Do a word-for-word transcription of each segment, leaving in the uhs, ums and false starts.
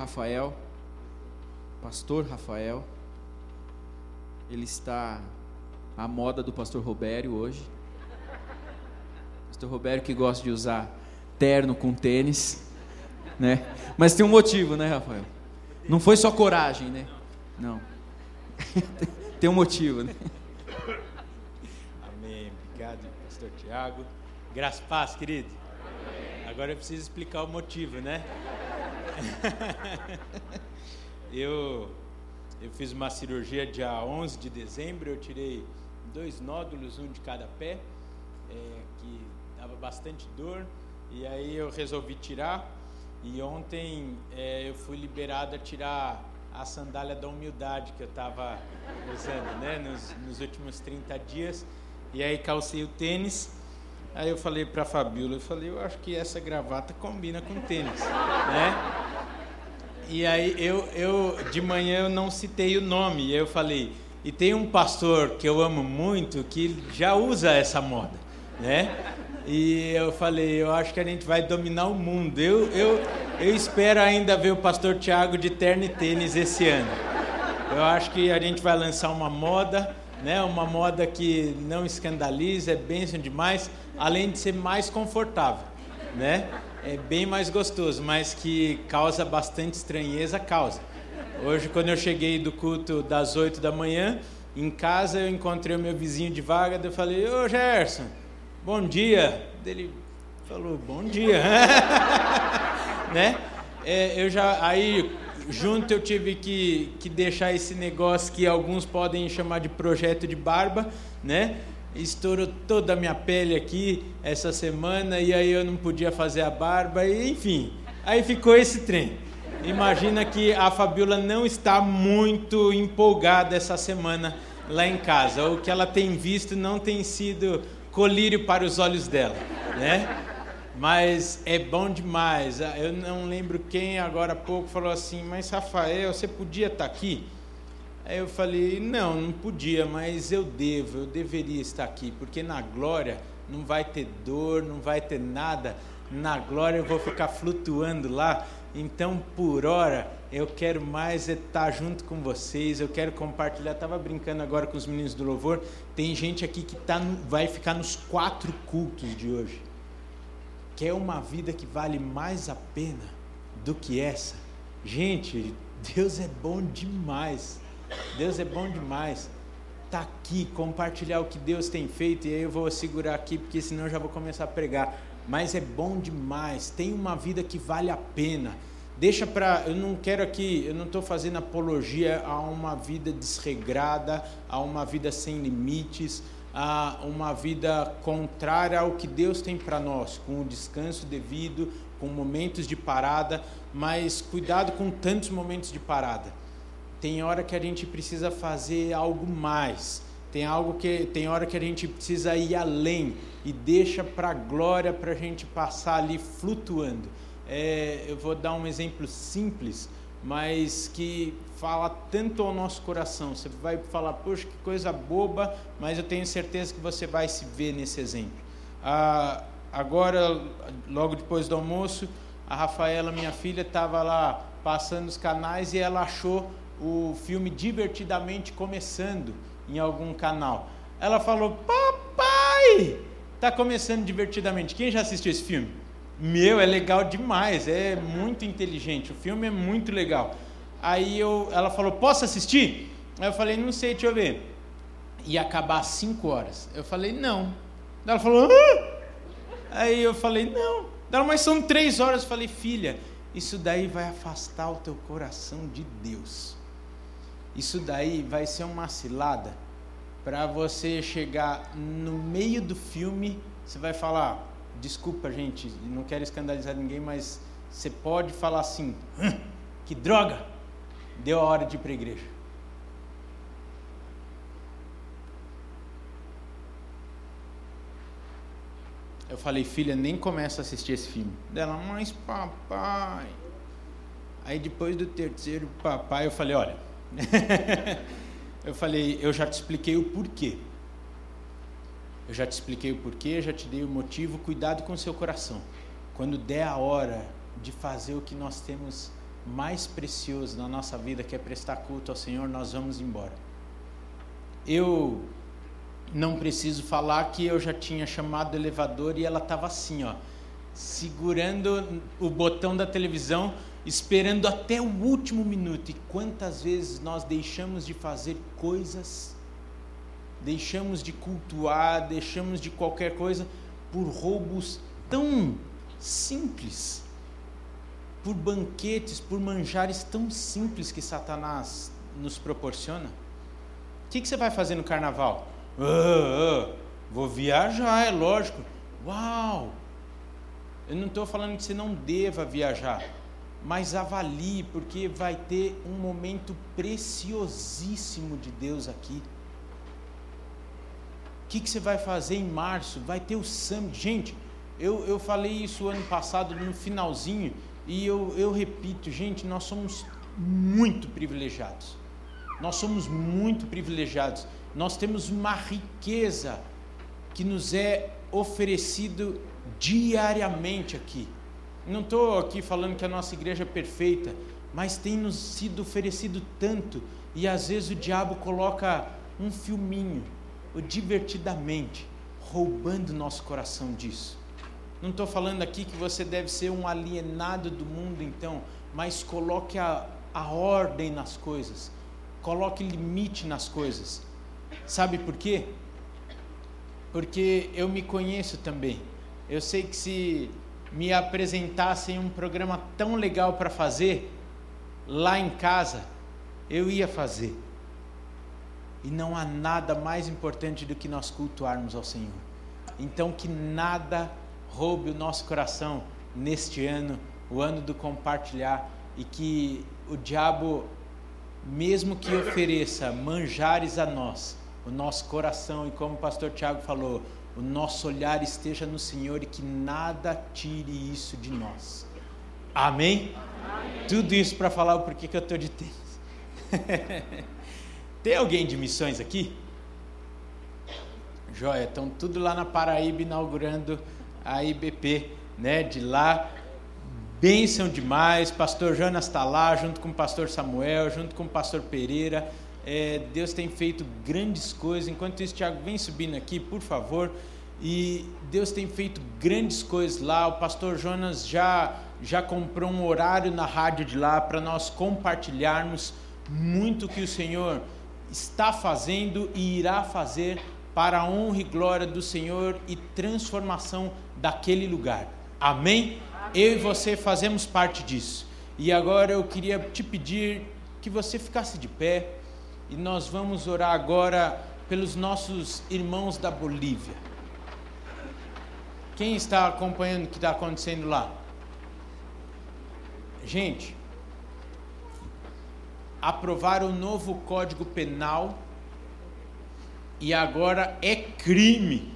Rafael, pastor Rafael. Ele está à moda do pastor Robério hoje. Pastor Robério que gosta de usar terno com tênis, né? Mas tem um motivo, né, Rafael? Não foi só coragem, né? Não. Tem um motivo, né? Amém. Obrigado, pastor Tiago. Graças e paz, querido. Agora eu preciso explicar o motivo, né? eu, eu fiz uma cirurgia dia onze de dezembro, eu tirei dois nódulos, um de cada pé, é, que dava bastante dor, e aí eu resolvi tirar, e ontem é, eu fui liberado a tirar a sandália da humildade que eu estava usando, né, nos, nos últimos trinta dias, e aí calcei o tênis. Aí eu falei para a Fabíola, eu falei, eu acho que essa gravata combina com tênis, né? E aí eu, eu, de manhã eu não citei o nome, e eu falei, e tem um pastor que eu amo muito, que já usa essa moda, né? E eu falei, eu acho que a gente vai dominar o mundo. Eu, eu, eu espero ainda ver o pastor Tiago de terno e tênis esse ano. Eu acho que a gente vai lançar uma moda, né? Uma moda que não escandaliza, é bênção demais, além de ser mais confortável, né? É bem mais gostoso, mas que causa bastante estranheza, causa. Hoje, quando eu cheguei do culto das oito da manhã, em casa eu encontrei o meu vizinho de vaga, eu falei, ô Gerson, bom dia. Ele falou, bom dia. Né? É, eu já, aí, junto eu tive que, que deixar esse negócio que alguns podem chamar de projeto de barba, né? Estourou toda a minha pele aqui essa semana e aí eu não podia fazer a barba, e enfim, aí ficou esse trem. Imagina que a Fabíola não está muito empolgada essa semana lá em casa. O que ela tem visto não tem sido colírio para os olhos dela, né? Mas é bom demais. Eu não lembro quem agora há pouco falou assim, mas Rafael, você podia estar aqui? Aí eu falei, não, não podia, mas eu devo, eu deveria estar aqui, porque na glória não vai ter dor, não vai ter nada, na glória eu vou ficar flutuando lá, então por hora eu quero mais é estar junto com vocês, eu quero compartilhar. Estava brincando agora com os meninos do louvor, tem gente aqui que tá no, vai ficar nos quatro cultos de hoje, quer uma vida que vale mais a pena do que essa. Gente, Deus é bom demais. Deus é bom demais. Tá aqui, compartilhar o que Deus tem feito, e aí eu vou segurar aqui, porque senão eu já vou começar a pregar. Mas é bom demais, tem uma vida que vale a pena. Deixa para, eu não quero aqui, eu não estou fazendo apologia a uma vida desregrada, a uma vida sem limites, a uma vida contrária ao que Deus tem para nós, com o descanso devido, com momentos de parada, mas cuidado com tantos momentos de parada. Tem hora que a gente precisa fazer algo mais, tem, algo que, tem hora que a gente precisa ir além e deixa para a glória, para a gente passar ali flutuando. É, eu vou dar um exemplo simples, mas que fala tanto ao nosso coração. Você vai falar, poxa, que coisa boba, mas eu tenho certeza que você vai se ver nesse exemplo. Ah, agora, logo depois do almoço, a Rafaela, minha filha, estava lá passando os canais e ela achou o filme Divertidamente Começando em algum canal. Ela falou, papai, tá começando Divertidamente. Quem já assistiu esse filme? Meu, é legal demais, é muito inteligente, o filme é muito legal. Aí eu, ela falou, posso assistir? Aí eu falei, não sei, deixa eu ver. Ia acabar às cinco horas. Eu falei, não. Ela falou, ah! Aí eu falei, não. Ela, mas são três horas. Eu falei, filha, isso daí vai afastar o teu coração de Deus. Isso daí vai ser uma cilada para você chegar no meio do filme, você vai falar, desculpa gente, não quero escandalizar ninguém, mas você pode falar assim, que droga, deu a hora de ir para a igreja. Eu falei, filha, nem começa a assistir esse filme. Dela, mas papai... Aí depois do terceiro papai, eu falei, olha... eu falei, eu já te expliquei o porquê. Eu já te expliquei o porquê, já te dei o motivo, cuidado com o seu coração. Quando der a hora de fazer o que nós temos mais precioso na nossa vida, que é prestar culto ao Senhor, nós vamos embora. Eu não preciso falar que eu já tinha chamado o elevador e ela estava assim, ó, segurando o botão da televisão, esperando até o último minuto. E quantas vezes nós deixamos de fazer coisas, deixamos de cultuar, deixamos de qualquer coisa por roubos tão simples, por banquetes, por manjares tão simples que Satanás nos proporciona. O que, que você vai fazer no carnaval? Ah, ah, vou viajar, é lógico. Uau! Eu não estou falando que você não deva viajar, mas avalie, porque vai ter um momento preciosíssimo de Deus aqui. O que, que você vai fazer em março? Vai ter o Summit. Gente, eu, eu falei isso ano passado, no finalzinho, e eu, eu repito, gente, nós somos muito privilegiados. Nós somos muito privilegiados. Nós temos uma riqueza que nos é oferecido diariamente aqui. Não estou aqui falando que a nossa igreja é perfeita, mas tem nos sido oferecido tanto, e às vezes o diabo coloca um filminho, o divertidamente, roubando nosso coração disso. Não estou falando aqui que você deve ser um alienado do mundo, então, mas coloque a, a ordem nas coisas, coloque limite nas coisas. Sabe por quê? Porque eu me conheço também. Eu sei que se me apresentassem um programa tão legal para fazer, lá em casa, eu ia fazer. E não há nada mais importante do que nós cultuarmos ao Senhor. Então que nada roube o nosso coração neste ano, o ano do compartilhar, e que o diabo, mesmo que ofereça manjares a nós, o nosso coração, e como o pastor Tiago falou, o nosso olhar esteja no Senhor, e que nada tire isso de nós. Amém? Amém. Tudo isso para falar o porquê que eu estou de tênis. Tem alguém de missões aqui? Joia, estão tudo lá na Paraíba inaugurando a I B P, né? De lá, bênção demais. Pastor Jonas está lá, junto com o pastor Samuel, junto com o pastor Pereira. É, Deus tem feito grandes coisas. Enquanto isso, Tiago, vem subindo aqui, por favor. E Deus tem feito grandes coisas lá. O pastor Jonas já, já comprou um horário na rádio de lá para nós compartilharmos muito que o Senhor está fazendo e irá fazer para a honra e glória do Senhor e transformação daquele lugar. Amém? Amém? Eu e você fazemos parte disso. E agora eu queria te pedir que você ficasse de pé, e nós vamos orar agora pelos nossos irmãos da Bolívia. Quem está acompanhando o que está acontecendo lá? Gente, aprovaram o novo Código Penal e agora é crime.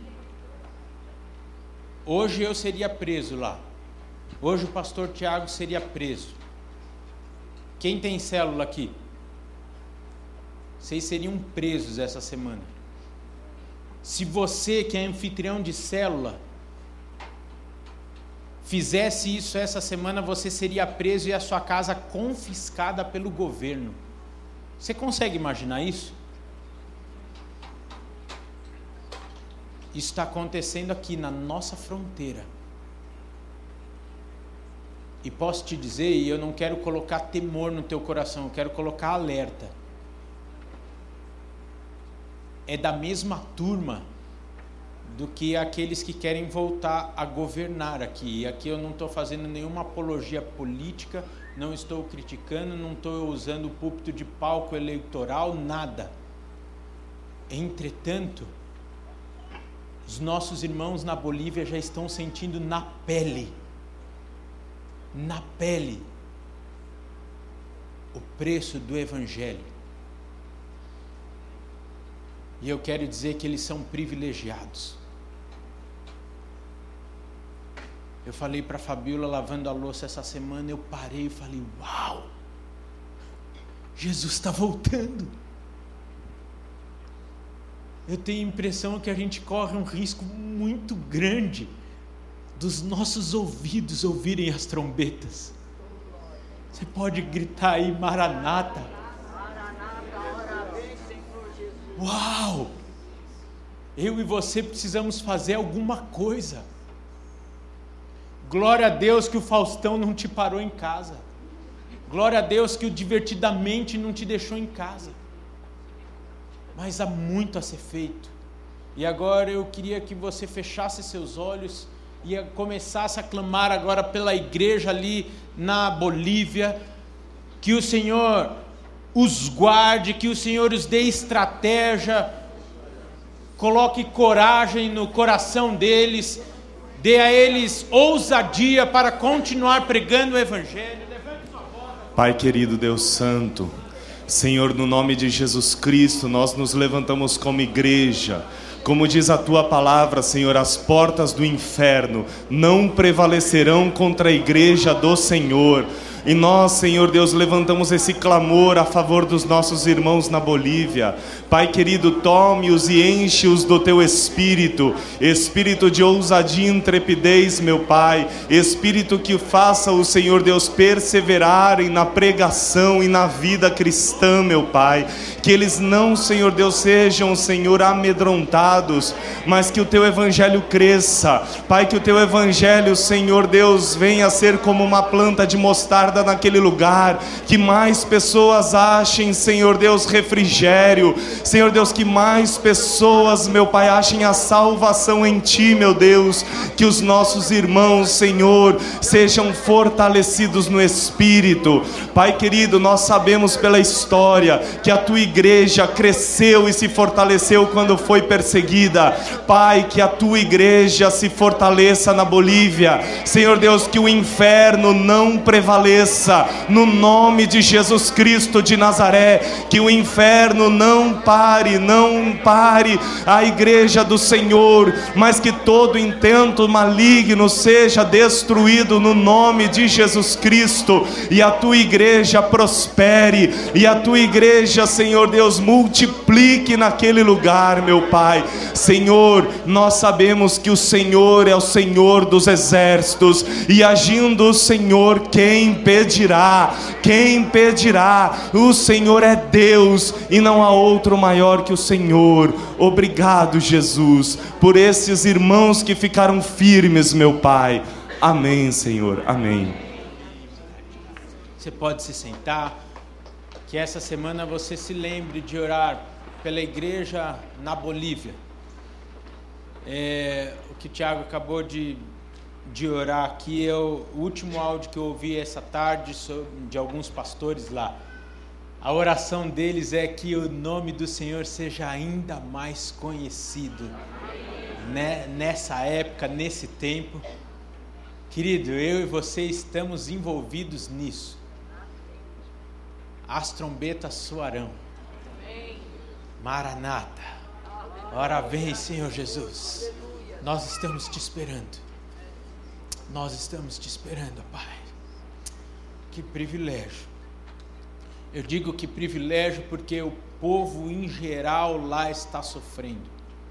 Hoje eu seria preso lá. Hoje o pastor Tiago seria preso. Quem tem célula aqui? Vocês seriam presos essa semana. Se você, que é anfitrião de célula, fizesse isso essa semana, você seria preso e a sua casa confiscada pelo governo. Você consegue imaginar isso? Isso está acontecendo aqui na nossa fronteira. E posso te dizer, e eu não quero colocar temor no teu coração, eu quero colocar alerta. É da mesma turma do que aqueles que querem voltar a governar aqui. E aqui eu não estou fazendo nenhuma apologia política, não estou criticando, não estou usando o púlpito de palco eleitoral, nada. Entretanto, os nossos irmãos na Bolívia já estão sentindo na pele, na pele, o preço do Evangelho. E eu quero dizer que eles são privilegiados. Eu falei para a Fabiola lavando a louça essa semana, eu parei e falei, uau, Jesus está voltando. Eu tenho a impressão que a gente corre um risco muito grande dos nossos ouvidos ouvirem as trombetas. Você pode gritar aí, Maranata. Uau! Eu e você precisamos fazer alguma coisa. Glória a Deus que o Faustão não te parou em casa. Glória a Deus que o Divertidamente não te deixou em casa. Mas há muito a ser feito. E agora eu queria que você fechasse seus olhos e começasse a clamar agora pela igreja ali na Bolívia, que o Senhor os guarde, que o Senhor os dê estratégia, coloque coragem no coração deles, dê a eles ousadia para continuar pregando o Evangelho. Pai querido, Deus Santo, Senhor, no nome de Jesus Cristo, nós nos levantamos como igreja. Como diz a Tua palavra, Senhor, as portas do inferno não prevalecerão contra a igreja do Senhor. E nós, Senhor Deus, levantamos esse clamor a favor dos nossos irmãos na Bolívia. Pai querido, tome-os e enche-os do Teu Espírito, Espírito de ousadia e intrepidez, meu Pai, Espírito que faça o Senhor Deus perseverarem na pregação e na vida cristã, meu Pai, que eles não, Senhor Deus, sejam, Senhor, amedrontados, mas que o Teu Evangelho cresça, Pai, que o Teu Evangelho, Senhor Deus, venha a ser como uma planta de mostarda naquele lugar, que mais pessoas achem, Senhor Deus, refrigério, Senhor Deus, que mais pessoas, meu Pai, achem a salvação em Ti, meu Deus, que os nossos irmãos, Senhor, sejam fortalecidos no Espírito. Pai querido, nós sabemos pela história que a Tua igreja cresceu e se fortaleceu quando foi perseguida. Pai, que a Tua igreja se fortaleça na Bolívia, Senhor Deus, que o inferno não prevaleça, no nome de Jesus Cristo de Nazaré, que o inferno não pare, não pare a igreja do Senhor, mas que todo intento maligno seja destruído no nome de Jesus Cristo, e a Tua igreja prospere, e a Tua igreja, Senhor Deus, multiplique naquele lugar, meu Pai. Senhor, nós sabemos que o Senhor é o Senhor dos exércitos, e agindo o Senhor, quem impedirá? Quem impedirá? O Senhor é Deus e não há outro maior que o Senhor. Obrigado, Jesus, por esses irmãos que ficaram firmes, meu Pai. Amém, Senhor. Amém. Você pode se sentar. Que essa semana você se lembre de orar pela igreja na Bolívia. É, o que o Tiago acabou de de orar aqui é o último áudio que eu ouvi essa tarde sobre, de alguns pastores lá. A oração deles é que o nome do Senhor seja ainda mais conhecido, né? Nessa época, nesse tempo. Querido, eu e você estamos envolvidos nisso. As trombetas soarão. Maranata. Ora vem, Senhor Jesus. Nós estamos te esperando. Nós estamos te esperando, Pai. Que privilégio. Eu digo que privilégio porque o povo em geral lá está sofrendo.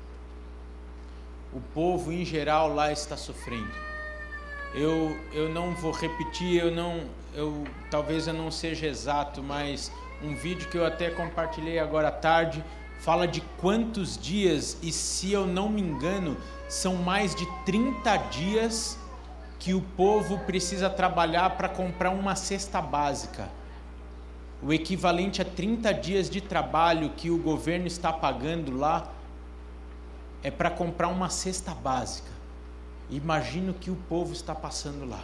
O povo em geral lá está sofrendo. Eu, eu não vou repetir, eu não, eu, talvez eu não seja exato, mas um vídeo que eu até compartilhei agora à tarde fala de quantos dias, e se eu não me engano, são mais de trinta dias que o povo precisa trabalhar para comprar uma cesta básica. O equivalente a trinta dias de trabalho que o governo está pagando lá é para comprar uma cesta básica. Imagina o que o povo está passando lá.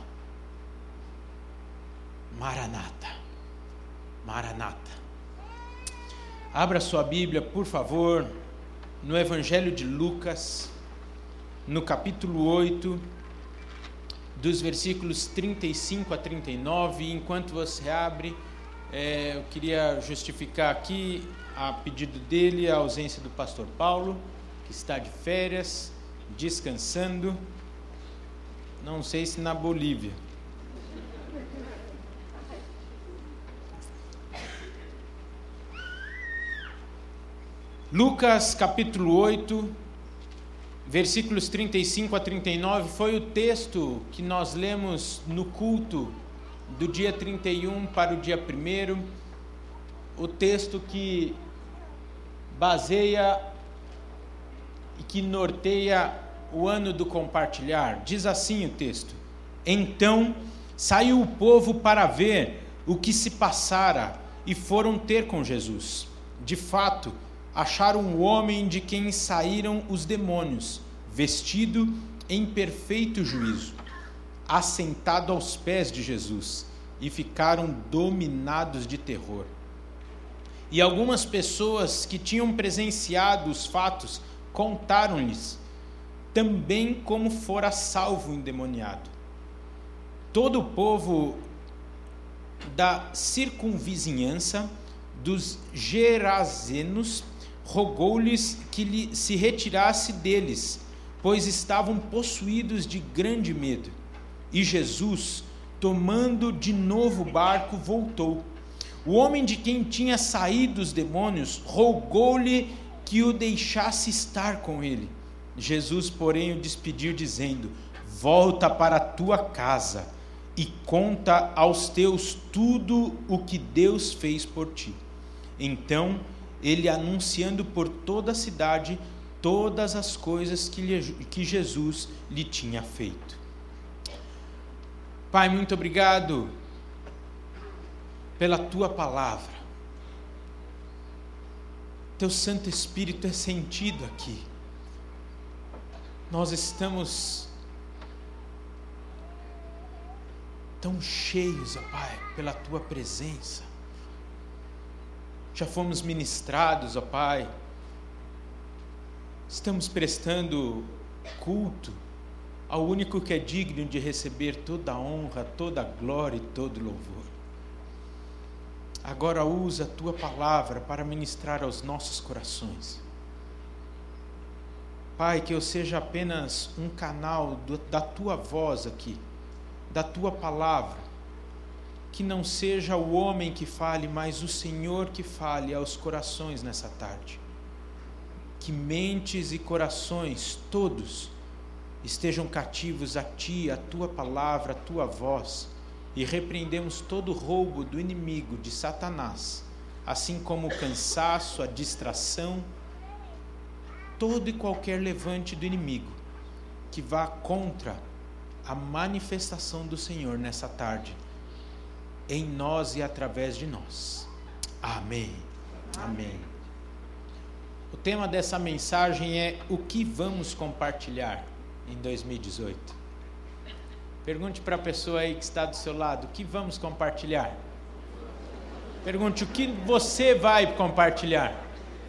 Maranata. Maranata. Abra sua Bíblia, por favor, no Evangelho de Lucas, no capítulo oito, dos versículos trinta e cinco a trinta e nove. Enquanto você abre, é, eu queria justificar aqui, a pedido dele, a ausência do pastor Paulo, que está de férias, descansando, não sei se na Bolívia. Lucas capítulo oito, versículos trinta e cinco a trinta e nove, foi o texto que nós lemos no culto do dia trinta e um para o dia primeiro, o texto que baseia e que norteia o ano do compartilhar. Diz assim o texto: então saiu o povo para ver o que se passara e foram ter com Jesus. De fato, acharam um homem de quem saíram os demônios, vestido em perfeito juízo, assentado aos pés de Jesus, e ficaram dominados de terror. E algumas pessoas que tinham presenciado os fatos contaram-lhes também como fora salvo o endemoniado. Todo o povo da circunvizinhança dos Gerazenos rogou-lhes que lhe se retirasse deles, pois estavam possuídos de grande medo. E Jesus, tomando de novo o barco, voltou. O homem de quem tinha saído os demônios rogou-lhe que o deixasse estar com ele. Jesus, porém, o despediu, dizendo: volta para a tua casa e conta aos teus tudo o que Deus fez por ti. Então, ele, anunciando por toda a cidade todas as coisas que, lhe, que Jesus lhe tinha feito. Pai, muito obrigado pela tua palavra. Teu Santo Espírito é sentido aqui. Nós estamos tão cheios, ó Pai, pela tua presença. Já fomos ministrados, ó Pai. Estamos prestando culto ao único que é digno de receber toda a honra, toda a glória e todo louvor. Agora usa a tua palavra para ministrar aos nossos corações. Pai, que eu seja apenas um canal do, da tua voz aqui, da tua palavra, que não seja o homem que fale, mas o Senhor que fale aos corações nessa tarde. Que mentes e corações todos estejam cativos a ti, a tua palavra, a tua voz, e repreendemos todo roubo do inimigo, de Satanás, assim como o cansaço, a distração, todo e qualquer levante do inimigo que vá contra a manifestação do Senhor nessa tarde, em nós e através de nós. Amém. Amém. O tema dessa mensagem é: o que vamos compartilhar em dois mil e dezoito? Pergunte para a pessoa aí que está do seu lado: o que vamos compartilhar? Pergunte: o que você vai compartilhar?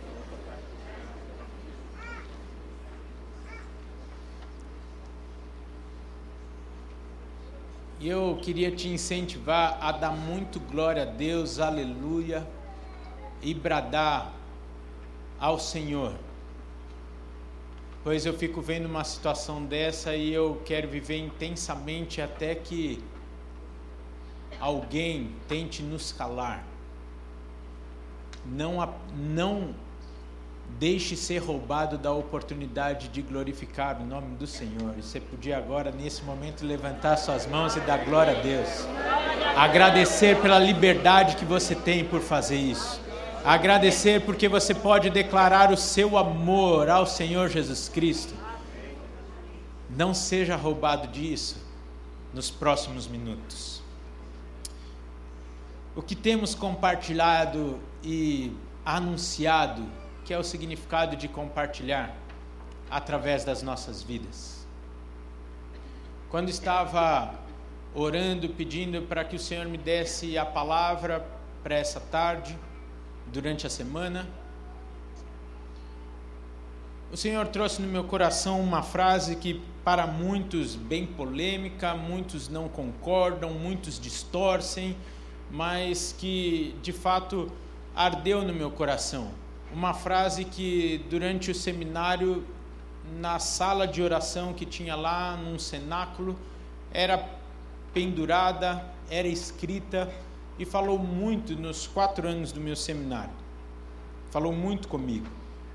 E eu queria te incentivar a dar muito glória a Deus, aleluia, e bradar ao Senhor, pois eu fico vendo uma situação dessa e eu quero viver intensamente até que alguém tente nos calar. Não, não deixe ser roubado da oportunidade de glorificar o nome do Senhor. E você podia agora, nesse momento, levantar suas mãos e dar glória a Deus. Agradecer pela liberdade que você tem por fazer isso. Agradecer porque você pode declarar o seu amor ao Senhor Jesus Cristo. Não seja roubado disso nos próximos minutos. O que temos compartilhado e anunciado, que é o significado de compartilhar através das nossas vidas. Quando estava orando, pedindo para que o Senhor me desse a palavra para essa tarde, durante a semana, o Senhor trouxe no meu coração uma frase que para muitos bem polêmica, muitos não concordam, muitos distorcem, mas que de fato ardeu no meu coração. Uma frase que durante o seminário, na sala de oração que tinha lá, num cenáculo, era pendurada, era escrita e falou muito nos quatro anos do meu seminário. Falou muito comigo.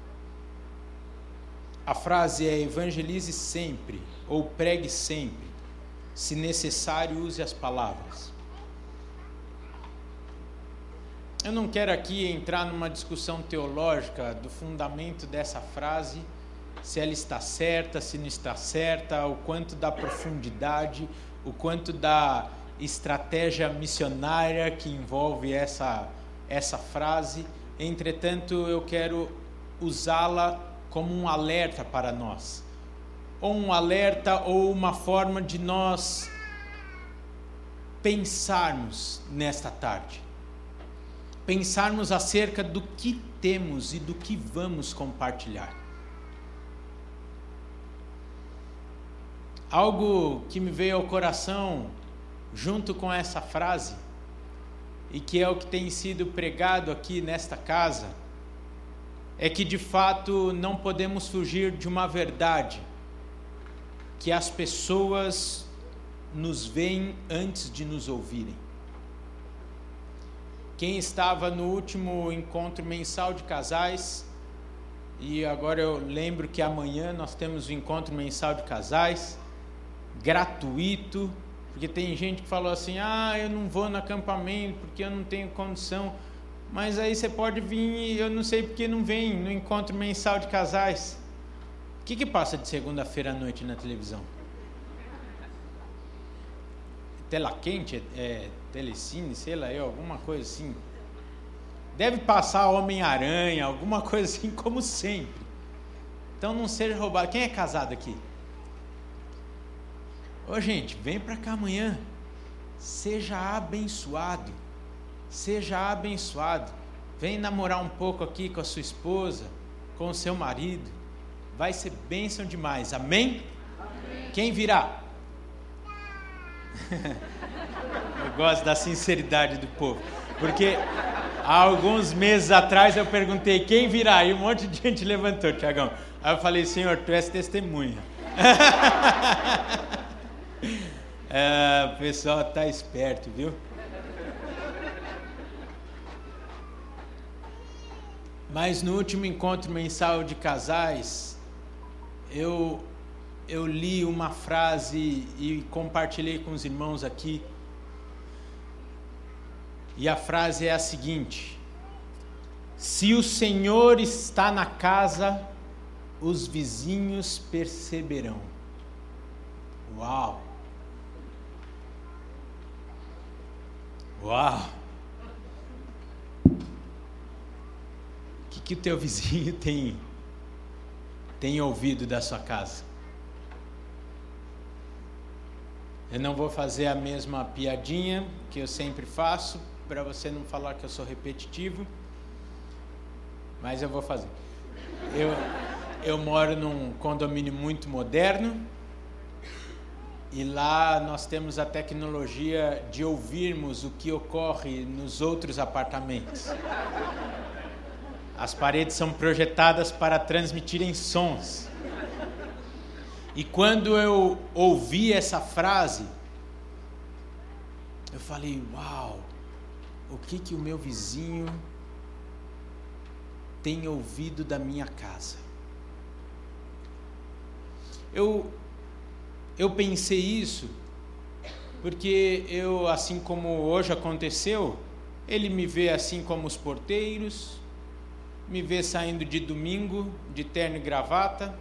A frase é: evangelize sempre, ou pregue sempre, se necessário use as palavras. eu não quero aqui entrar numa discussão teológica do fundamento dessa frase, se ela está certa, se não está certa, o quanto da profundidade, o quanto da estratégia missionária que envolve essa, essa frase. Entretanto, eu quero usá-la como um alerta para nós, ou um alerta ou uma forma de nós pensarmos nesta tarde, pensarmos acerca do que temos e do que vamos compartilhar. Algo que me veio ao coração junto com essa frase, e que é o que tem sido pregado aqui nesta casa, é que de fato não podemos fugir de uma verdade, que as pessoas nos veem antes de nos ouvirem. Quem estava no último encontro mensal de casais, e agora eu lembro que amanhã nós temos o encontro mensal de casais, gratuito, porque tem gente que falou assim, ah, eu não vou no acampamento porque eu não tenho condição, mas aí você pode vir, eu não sei porque não vem no encontro mensal de casais. O que que passa de segunda-feira à noite na televisão? Tela quente, é, telecine, sei lá eu, alguma coisa assim. Deve passar Homem-Aranha, alguma coisa assim, como sempre. Então não seja roubado. Quem é casado aqui? Ô gente, vem para cá amanhã, seja abençoado, seja abençoado, vem namorar um pouco aqui com a sua esposa, com o seu marido, vai ser bênção demais, amém? Amém. Quem virá? Eu gosto da sinceridade do povo, porque há alguns meses atrás eu perguntei quem virá, e um monte de gente levantou, Tiagão, aí eu falei, Senhor, tu és testemunha. É, o pessoal está esperto, viu? Mas no último encontro mensal de casais, eu, eu li uma frase e compartilhei com os irmãos aqui. E a frase é a seguinte: se o Senhor está na casa, os vizinhos perceberão. Uau! Uau! O que, que o teu vizinho tem, tem ouvido da sua casa? Eu não vou fazer a mesma piadinha que eu sempre faço, para você não falar que eu sou repetitivo, mas eu vou fazer. Eu, eu moro num condomínio muito moderno, e lá nós temos a tecnologia de ouvirmos o que ocorre nos outros apartamentos. As paredes são projetadas para transmitirem sons. E quando eu ouvi essa frase, eu falei, uau, o que que o meu vizinho tem ouvido da minha casa? Eu... Eu pensei isso porque eu, assim como hoje aconteceu, ele me vê assim como os porteiros, me vê saindo de domingo, de terno e gravata,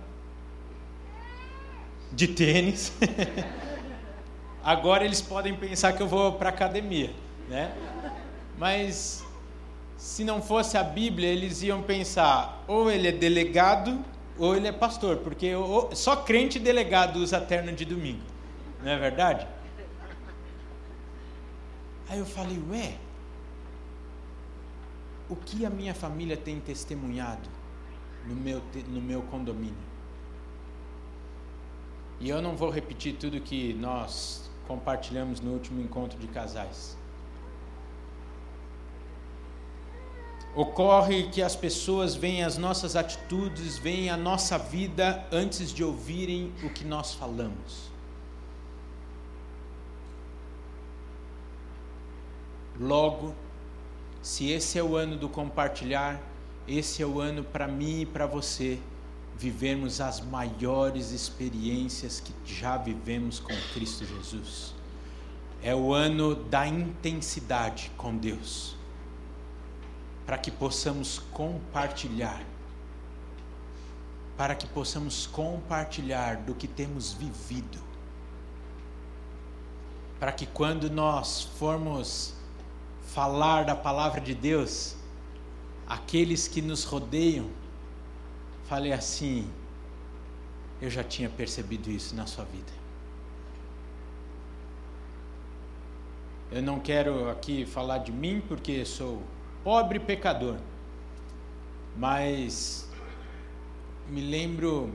de tênis. Agora eles podem pensar que eu vou para a academia, né? Mas se não fosse a Bíblia, eles iam pensar, ou ele é delegado, ou ele é pastor, porque só crente delegado usa terno de domingo, não é verdade? Aí eu falei, ué, o que a minha família tem testemunhado no meu, no meu condomínio? E eu não vou repetir tudo que nós compartilhamos no último encontro de casais. Ocorre que as pessoas veem as nossas atitudes, veem a nossa vida antes de ouvirem o que nós falamos. Logo, se esse é o ano do compartilhar, esse é o ano para mim e para você vivermos as maiores experiências que já vivemos com Cristo Jesus. É o ano da intensidade com Deus. para que possamos compartilhar, para que possamos compartilhar do que temos vivido, para que quando nós formos falar da palavra de Deus, aqueles que nos rodeiam falem assim: eu já tinha percebido isso na sua vida. Eu não quero aqui falar de mim, porque sou pobre pecador, mas me lembro,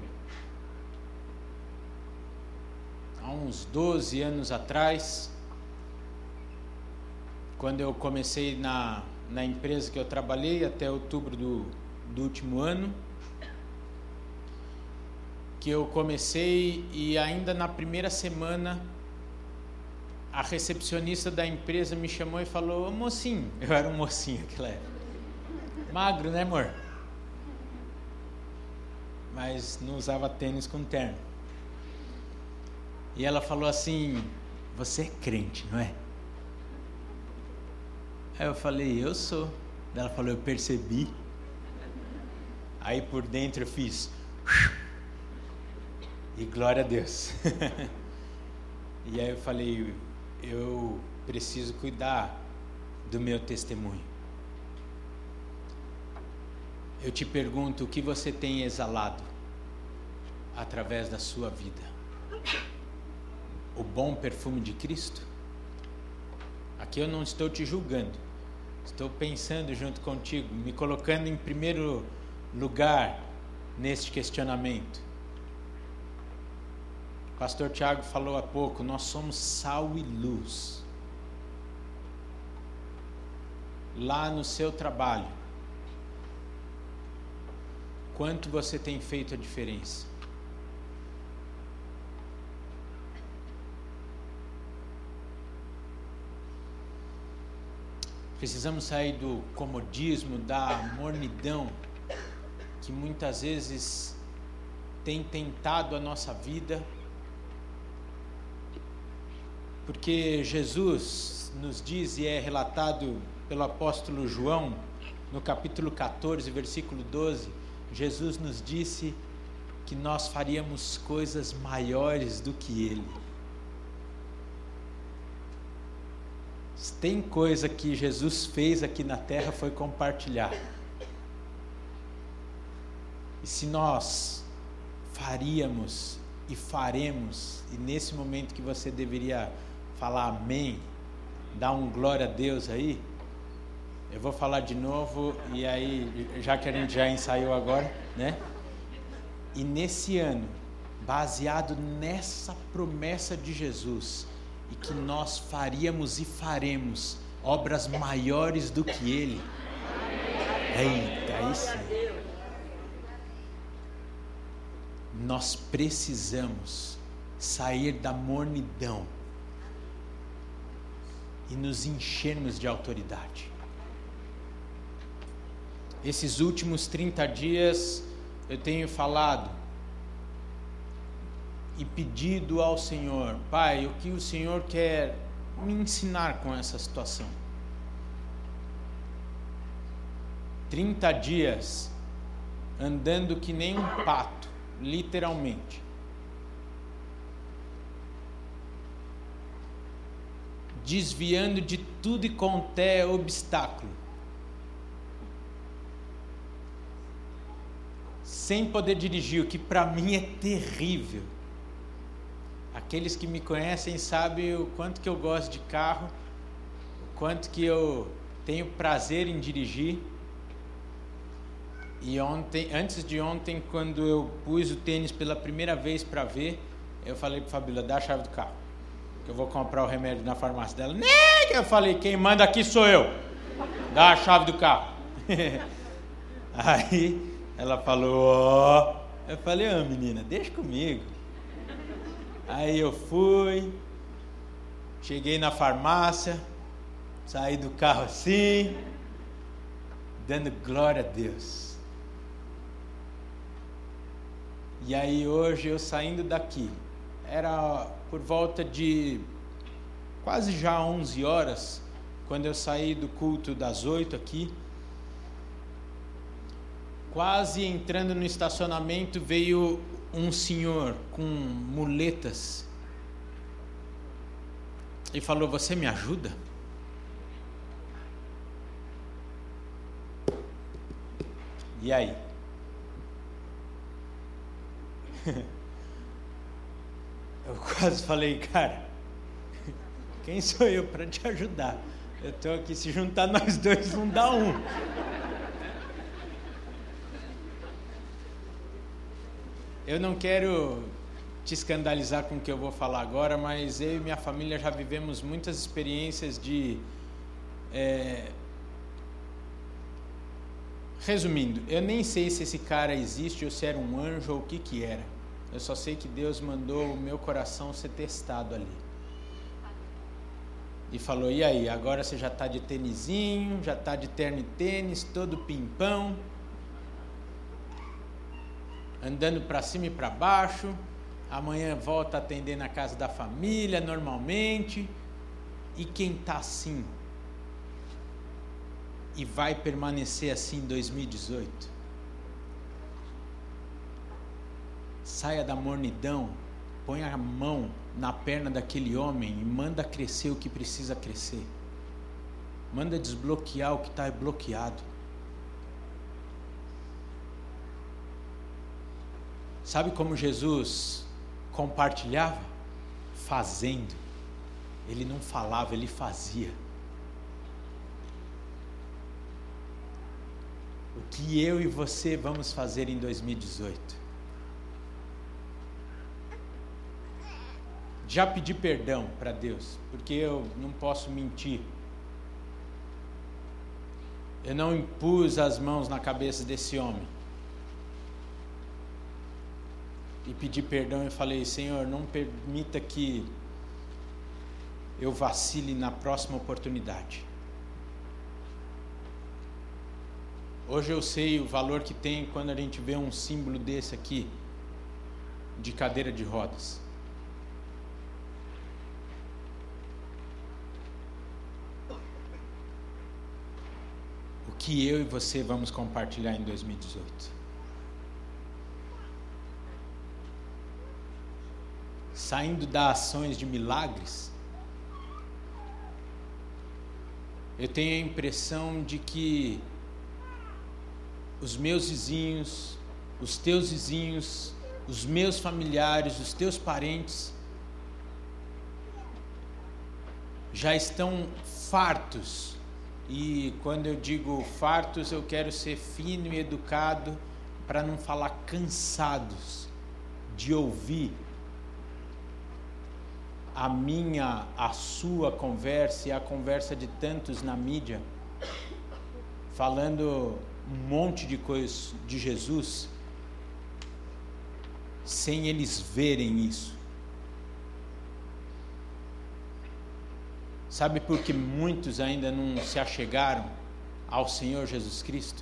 há uns doze anos atrás, quando eu comecei na, na empresa que eu trabalhei até outubro do, do último ano, que eu comecei e ainda na primeira semana a recepcionista da empresa me chamou e falou: ô mocinho, eu era um mocinho naquela época, magro, né, amor? Mas não usava tênis com terno. E ela falou assim: você é crente, não é? Aí eu falei: eu sou. Ela falou: eu percebi. Aí por dentro eu fiz e glória a Deus. E aí eu falei: eu preciso cuidar do meu testemunho. Eu te pergunto, o que você tem exalado através da sua vida? O bom perfume de Cristo? Aqui eu não estou te julgando, estou pensando junto contigo, me colocando em primeiro lugar neste questionamento. O pastor Tiago falou há pouco, nós somos sal e luz. Lá no seu trabalho, quanto você tem feito a diferença? Precisamos sair do comodismo, da mornidão, que muitas vezes tem tentado a nossa vida, porque Jesus nos diz, e é relatado pelo apóstolo João, no capítulo catorze, versículo doze, Jesus nos disse que nós faríamos coisas maiores do que Ele. Se tem coisa que Jesus fez aqui na terra, foi compartilhar. E se nós faríamos e faremos, e nesse momento que você deveria falar amém, dar um glória a Deus aí, eu vou falar de novo, e aí, já que a gente já ensaiou agora, né? E nesse ano, baseado nessa promessa de Jesus, e que nós faríamos e faremos obras maiores do que Ele. Eita, aí sim. Nós precisamos sair da mornidão e nos enchermos de autoridade. Esses últimos trinta dias eu tenho falado e pedido ao Senhor: Pai, o que o Senhor quer me ensinar com essa situação? trinta dias andando que nem um pato, literalmente. Desviando de tudo e quanto obstáculo. Sem poder dirigir, o que para mim é terrível. Aqueles que me conhecem sabem o quanto que eu gosto de carro, o quanto que eu tenho prazer em dirigir. E ontem, antes de ontem, quando eu pus o tênis pela primeira vez para ver, eu falei para a Fabíola: dá a chave do carro, que eu vou comprar o remédio na farmácia dela. Nem eu falei: quem manda aqui sou eu, dá a chave do carro. Aí ela falou: ó, oh. Eu falei: ô, oh, menina, deixa comigo. Aí eu fui, cheguei na farmácia, saí do carro assim, dando glória a Deus. E aí hoje eu saindo daqui, era por volta de quase já onze horas, quando eu saí do culto das oito aqui, quase entrando no estacionamento, veio um senhor com muletas e falou: você me ajuda? E aí? Eu quase falei: cara, quem sou eu para te ajudar? Eu estou aqui, se juntar nós dois não dá um. Eu não quero te escandalizar com o que eu vou falar agora, mas eu e minha família já vivemos muitas experiências de... É... Resumindo, eu nem sei se esse cara existe ou se era um anjo ou o que que era. Eu só sei que Deus mandou o meu coração ser testado ali. E falou: e aí, agora você já está de tênisinho, já está de terno e tênis, todo pimpão, andando para cima e para baixo, amanhã volta a atender na casa da família normalmente. E quem está assim e vai permanecer assim em dois mil e dezoito? Saia da mornidão, põe a mão na perna daquele homem e manda crescer o que precisa crescer. Manda desbloquear o que está bloqueado. Sabe como Jesus compartilhava? Fazendo. Ele não falava, ele fazia. O que eu e você vamos fazer em dois mil e dezoito? Já pedi perdão para Deus, porque eu não posso mentir. Eu não impus as mãos na cabeça desse homem. E pedi perdão e falei: Senhor, não permita que eu vacile na próxima oportunidade. Hoje eu sei o valor que tem quando a gente vê um símbolo desse aqui, de cadeira de rodas. O que eu e você vamos compartilhar em dois mil e dezoito? Saindo das ações de milagres, eu tenho a impressão de que os meus vizinhos, os teus vizinhos, os meus familiares, os teus parentes já estão fartos. E quando eu digo fartos, eu quero ser fino e educado para não falar cansados de ouvir a minha, a sua conversa e a conversa de tantos na mídia, falando um monte de coisas de Jesus, sem eles verem isso. Sabe por que muitos ainda não se achegaram ao Senhor Jesus Cristo?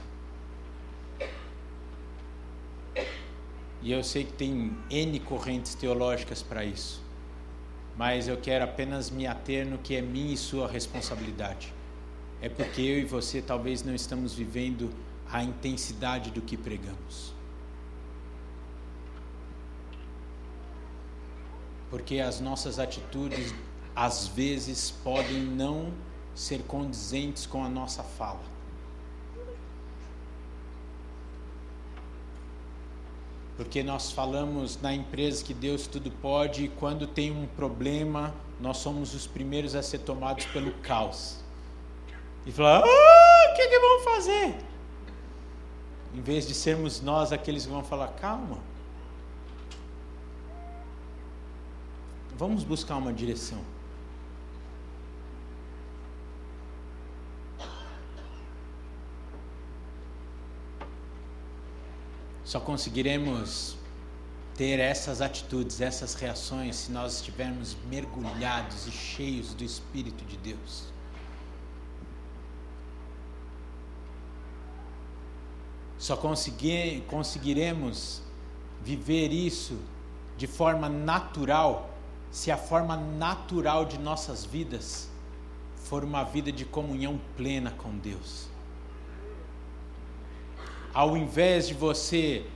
E eu sei que tem N correntes teológicas para isso, mas eu quero apenas me ater no que é minha e sua responsabilidade. É porque eu e você talvez não estamos vivendo a intensidade do que pregamos. Porque as nossas atitudes, às vezes, podem não ser condizentes com a nossa fala. Porque nós falamos na empresa que Deus tudo pode, e quando tem um problema, nós somos os primeiros a ser tomados pelo caos. E falar: ah, o que que vamos fazer? Em vez de sermos nós aqueles que vão falar: calma, vamos buscar uma direção. Só conseguiremos ter essas atitudes, essas reações, se nós estivermos mergulhados e cheios do Espírito de Deus. Só conseguir, conseguiremos viver isso de forma natural, se a forma natural de nossas vidas for uma vida de comunhão plena com Deus. ao invés de você,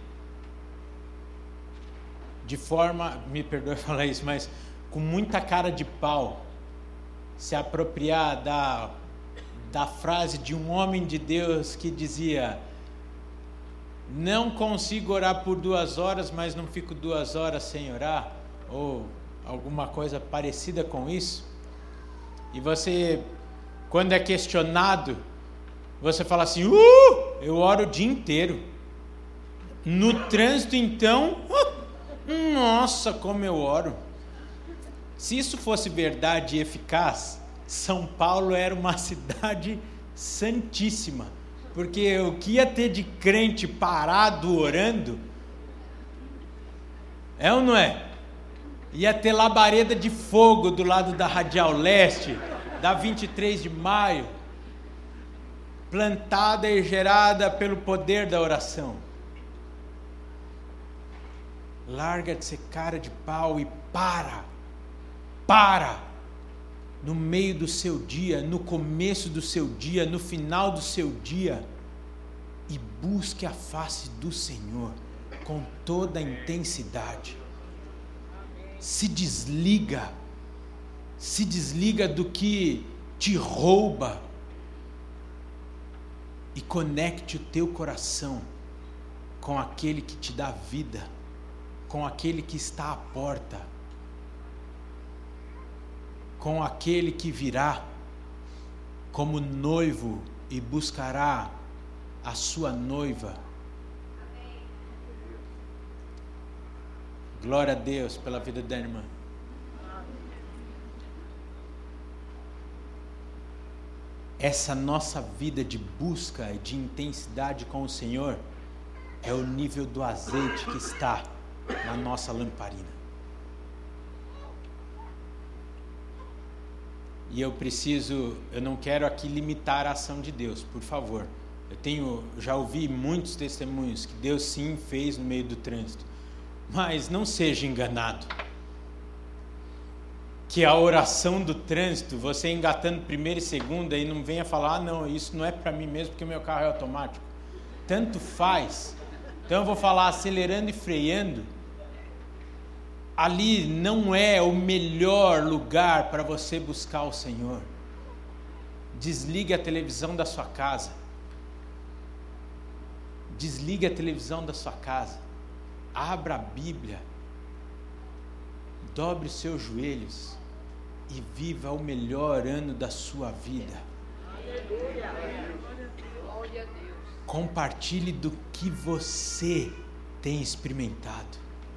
de forma, me perdoe falar isso, mas com muita cara de pau, se apropriar da, da frase de um homem de Deus que dizia: não consigo orar por duas horas, mas não fico duas horas sem orar, ou alguma coisa parecida com isso. E você, quando é questionado, você fala assim: uh, eu oro o dia inteiro. No trânsito, então, uh, nossa, como eu oro. Se isso fosse verdade e eficaz, São Paulo era uma cidade santíssima, porque o que ia ter de crente parado orando, é ou não é? Ia ter labareda de fogo do lado da Radial Leste, da vinte e três de maio, plantada e gerada pelo poder da oração. Larga de ser cara de pau e para, para, no meio do seu dia, no começo do seu dia, no final do seu dia, e busque a face do Senhor com toda a intensidade. Se desliga, se desliga do que te rouba e conecte o teu coração com aquele que te dá vida, com aquele que está à porta, com aquele que virá como noivo e buscará a sua noiva. Glória a Deus pela vida da irmã. Essa nossa vida de busca e de intensidade com o Senhor é o nível do azeite que está na nossa lamparina. E eu preciso, eu não quero aqui limitar a ação de Deus, por favor. Eu tenho, já ouvi muitos testemunhos que Deus sim fez no meio do trânsito. Mas não seja enganado, que a oração do trânsito, você engatando primeira e segunda e não venha falar: ah, não, isso não é para mim mesmo porque o meu carro é automático. Tanto faz. Então eu vou falar acelerando e freando. Ali não é o melhor lugar para você buscar o Senhor. Desligue a televisão da sua casa. Desligue a televisão da sua casa. Abra a Bíblia, dobre os seus joelhos e viva o melhor ano da sua vida. Compartilhe do que você tem experimentado,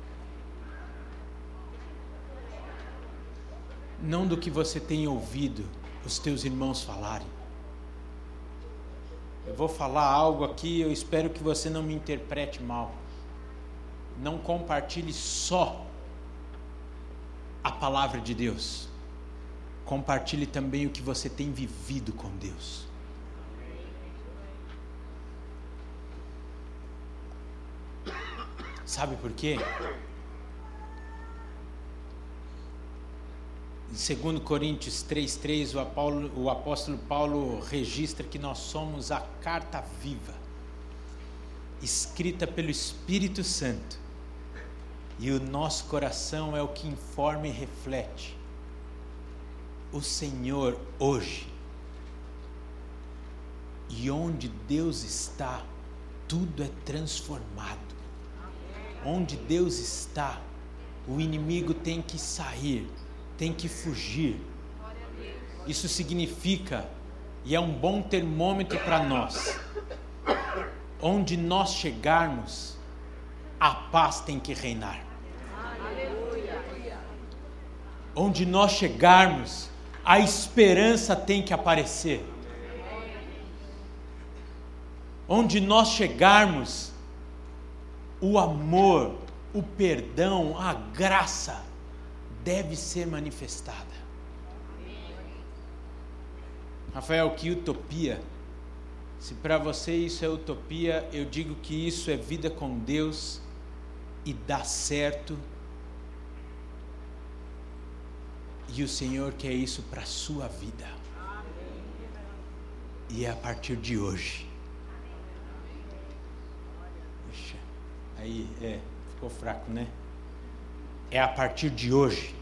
não do que você tem ouvido os teus irmãos falarem. Eu vou falar algo aqui, eu espero que você não me interprete mal. Não compartilhe só a palavra de Deus. Compartilhe também o que você tem vivido com Deus. Sabe por quê? Em segundo Coríntios três, três, o apóstolo, o apóstolo Paulo registra que nós somos a carta viva, escrita pelo Espírito Santo. E o nosso coração é o que informa e reflete o Senhor hoje. E onde Deus está, tudo é transformado. Onde Deus está, o inimigo tem que sair, tem que fugir. Isso significa, e é um bom termômetro para nós, onde nós chegarmos, a paz tem que reinar. Onde nós chegarmos, a esperança tem que aparecer. Onde nós chegarmos, o amor, o perdão, a graça deve ser manifestada. Rafael, que utopia. Se para você isso é utopia, eu digo que isso é vida com Deus e dá certo. E o Senhor quer isso para a sua vida. E é a partir de hoje. Puxa, aí, é, ficou fraco, né? É a partir de hoje.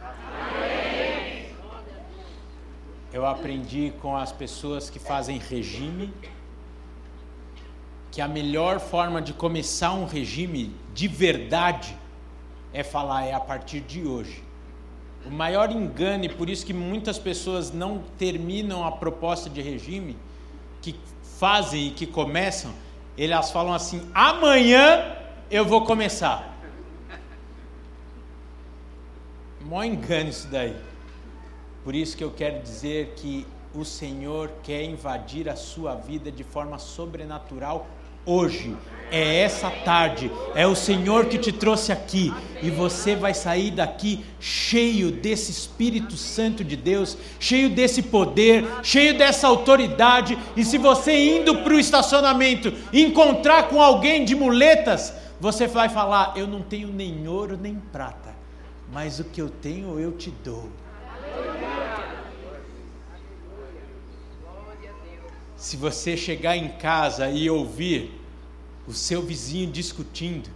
Eu aprendi com as pessoas que fazem regime que a melhor forma de começar um regime de verdade é falar, é a partir de hoje. O maior engano, e por isso que muitas pessoas não terminam a proposta de regime, que fazem e que começam, elas falam assim, amanhã eu vou começar. Mó engano isso daí. Por isso que eu quero dizer que o Senhor quer invadir a sua vida de forma sobrenatural hoje. É essa tarde, é o Senhor que te trouxe aqui, e você vai sair daqui cheio desse Espírito Santo de Deus, cheio desse poder, cheio dessa autoridade. E se você indo para o estacionamento encontrar com alguém de muletas, você vai falar, eu não tenho nem ouro nem prata, mas o que eu tenho eu te dou. Se você chegar em casa e ouvir o seu vizinho discutindo,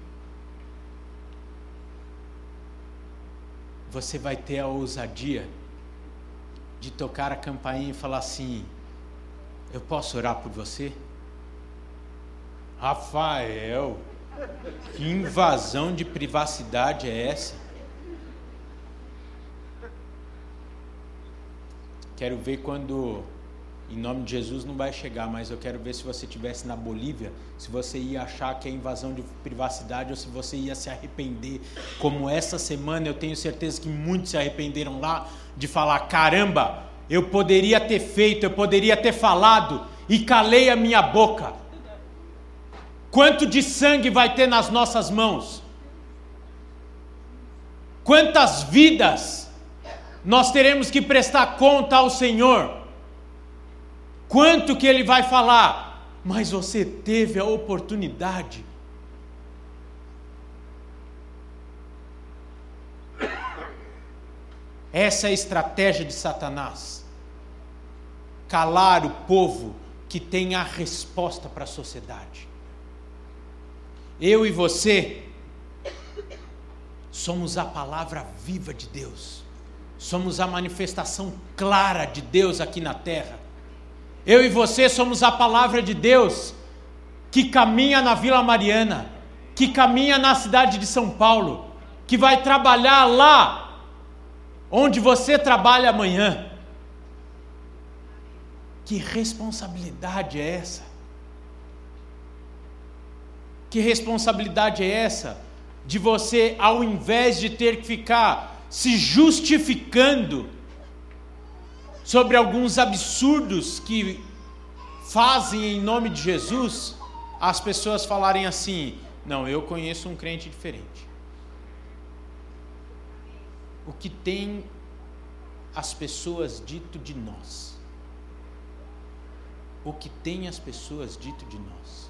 você vai ter a ousadia de tocar a campainha e falar assim, eu posso orar por você? Rafael, que invasão de privacidade é essa? Quero ver quando... Em nome de Jesus não vai chegar, mas eu quero ver se você estivesse na Bolívia, se você ia achar que é invasão de privacidade ou se você ia se arrepender. Como essa semana eu tenho certeza que muitos se arrependeram lá de falar, caramba, eu poderia ter feito, eu poderia ter falado e calei a minha boca. Quanto de sangue vai ter nas nossas mãos? Quantas vidas nós teremos que prestar conta ao Senhor? Quanto que Ele vai falar? Mas você teve a oportunidade. Essa é a estratégia de Satanás. Calar o povo que tem a resposta para a sociedade. Eu e você somos a palavra viva de Deus. Somos a manifestação clara de Deus aqui na terra. Eu e você somos a palavra de Deus que caminha na Vila Mariana, que caminha na cidade de São Paulo, que vai trabalhar lá onde você trabalha amanhã. Que responsabilidade é essa? Que responsabilidade é essa de você, ao invés de ter que ficar se justificando sobre alguns absurdos que fazem em nome de Jesus, as pessoas falarem assim, não, eu conheço um crente diferente. O que tem as pessoas dito de nós? O que tem as pessoas dito de nós?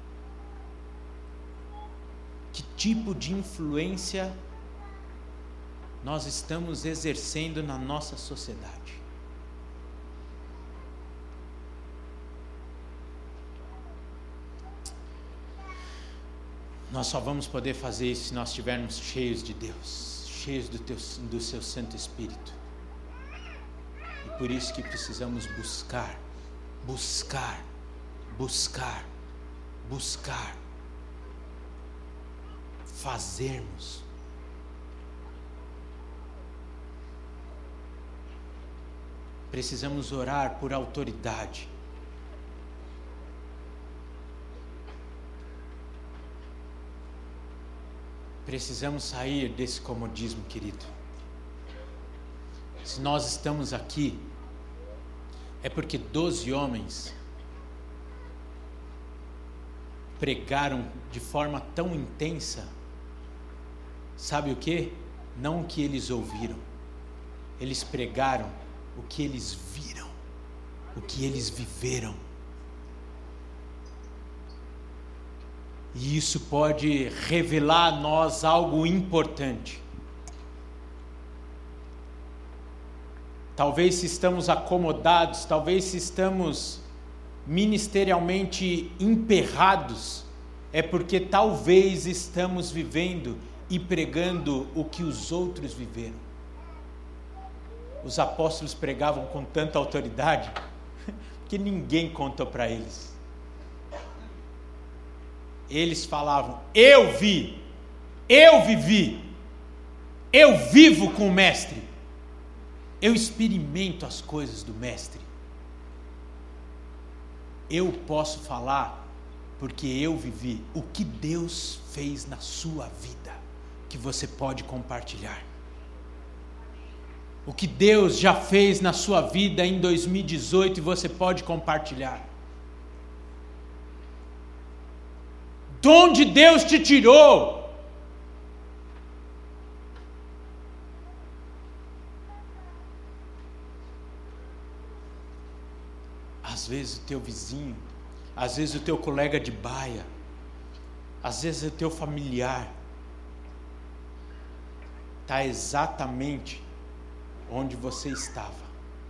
Que tipo de influência nós estamos exercendo na nossa sociedade? Nós só vamos poder fazer isso se nós estivermos cheios de Deus, cheios do, teu, do seu Santo Espírito. E por isso que precisamos buscar, buscar, buscar, buscar, fazermos. Precisamos orar por autoridade. Precisamos sair desse comodismo, querido. Se nós estamos aqui, é porque doze homens pregaram de forma tão intensa. Sabe o que? Não o que eles ouviram. Eles pregaram o que eles viram, o que eles viveram. E isso pode revelar a nós algo importante. Talvez se estamos acomodados, talvez se estamos ministerialmente emperrados, é porque talvez estamos vivendo e pregando o que os outros viveram. Os apóstolos pregavam com tanta autoridade que ninguém contou para eles. Eles falavam: eu vi, eu vivi, eu vivo com o mestre, eu experimento as coisas do mestre. Eu posso falar porque eu vivi o que Deus fez na sua vida, que você pode compartilhar. O que Deus já fez na sua vida em dois mil e dezoito e você pode compartilhar. De onde Deus te tirou. Às vezes o teu vizinho, às vezes o teu colega de baia, às vezes o teu familiar está exatamente onde você estava.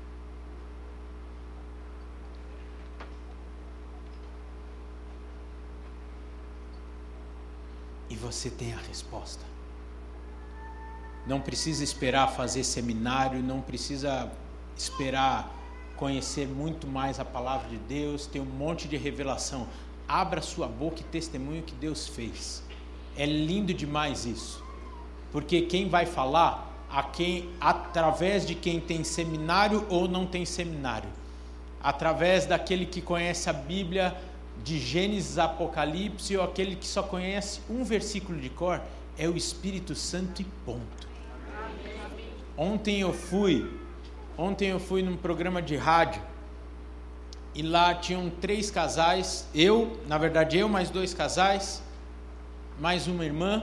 E você tem a resposta. Não precisa esperar fazer seminário, não precisa esperar conhecer muito mais a palavra de Deus, tem um monte de revelação. Abra sua boca e testemunhe o que Deus fez. É lindo demais isso. Porque quem vai falar, a quem, através de quem tem seminário ou não tem seminário, através daquele que conhece a Bíblia de Gênesis a Apocalipse, ou aquele que só conhece um versículo de cor, é o Espírito Santo e ponto. Ontem eu fui, ontem eu fui num programa de rádio, e lá tinham três casais, eu, na verdade eu, mais dois casais, mais uma irmã,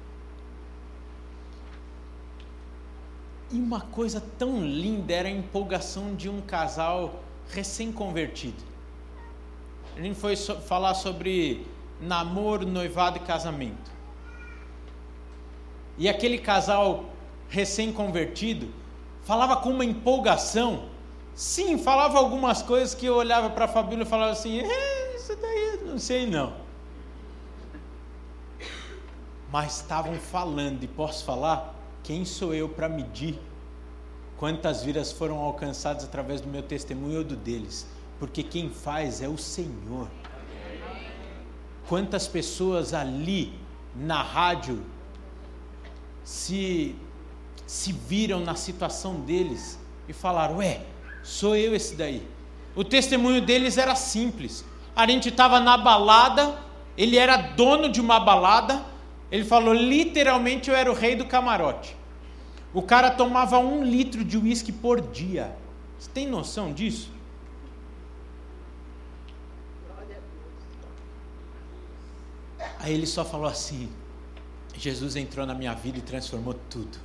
e uma coisa tão linda era a empolgação de um casal recém-convertido. A gente foi so- falar sobre namoro, noivado e casamento. E aquele casal recém-convertido falava com uma empolgação. Sim, falava algumas coisas que eu olhava para a Fabíola e falava assim: é, isso daí eu não sei não. Mas estavam falando, e posso falar? Quem sou eu para medir quantas vidas foram alcançadas através do meu testemunho ou do deles? Porque quem faz é o Senhor. Quantas pessoas ali na rádio se, se viram na situação deles e falaram: ué, sou eu esse daí. O testemunho deles era simples. A gente estava na balada, ele era dono de uma balada. Ele falou, literalmente, eu era o rei do camarote. O cara tomava um litro de uísque por dia. Você tem noção disso? Aí ele só falou assim: Jesus entrou na minha vida e transformou tudo.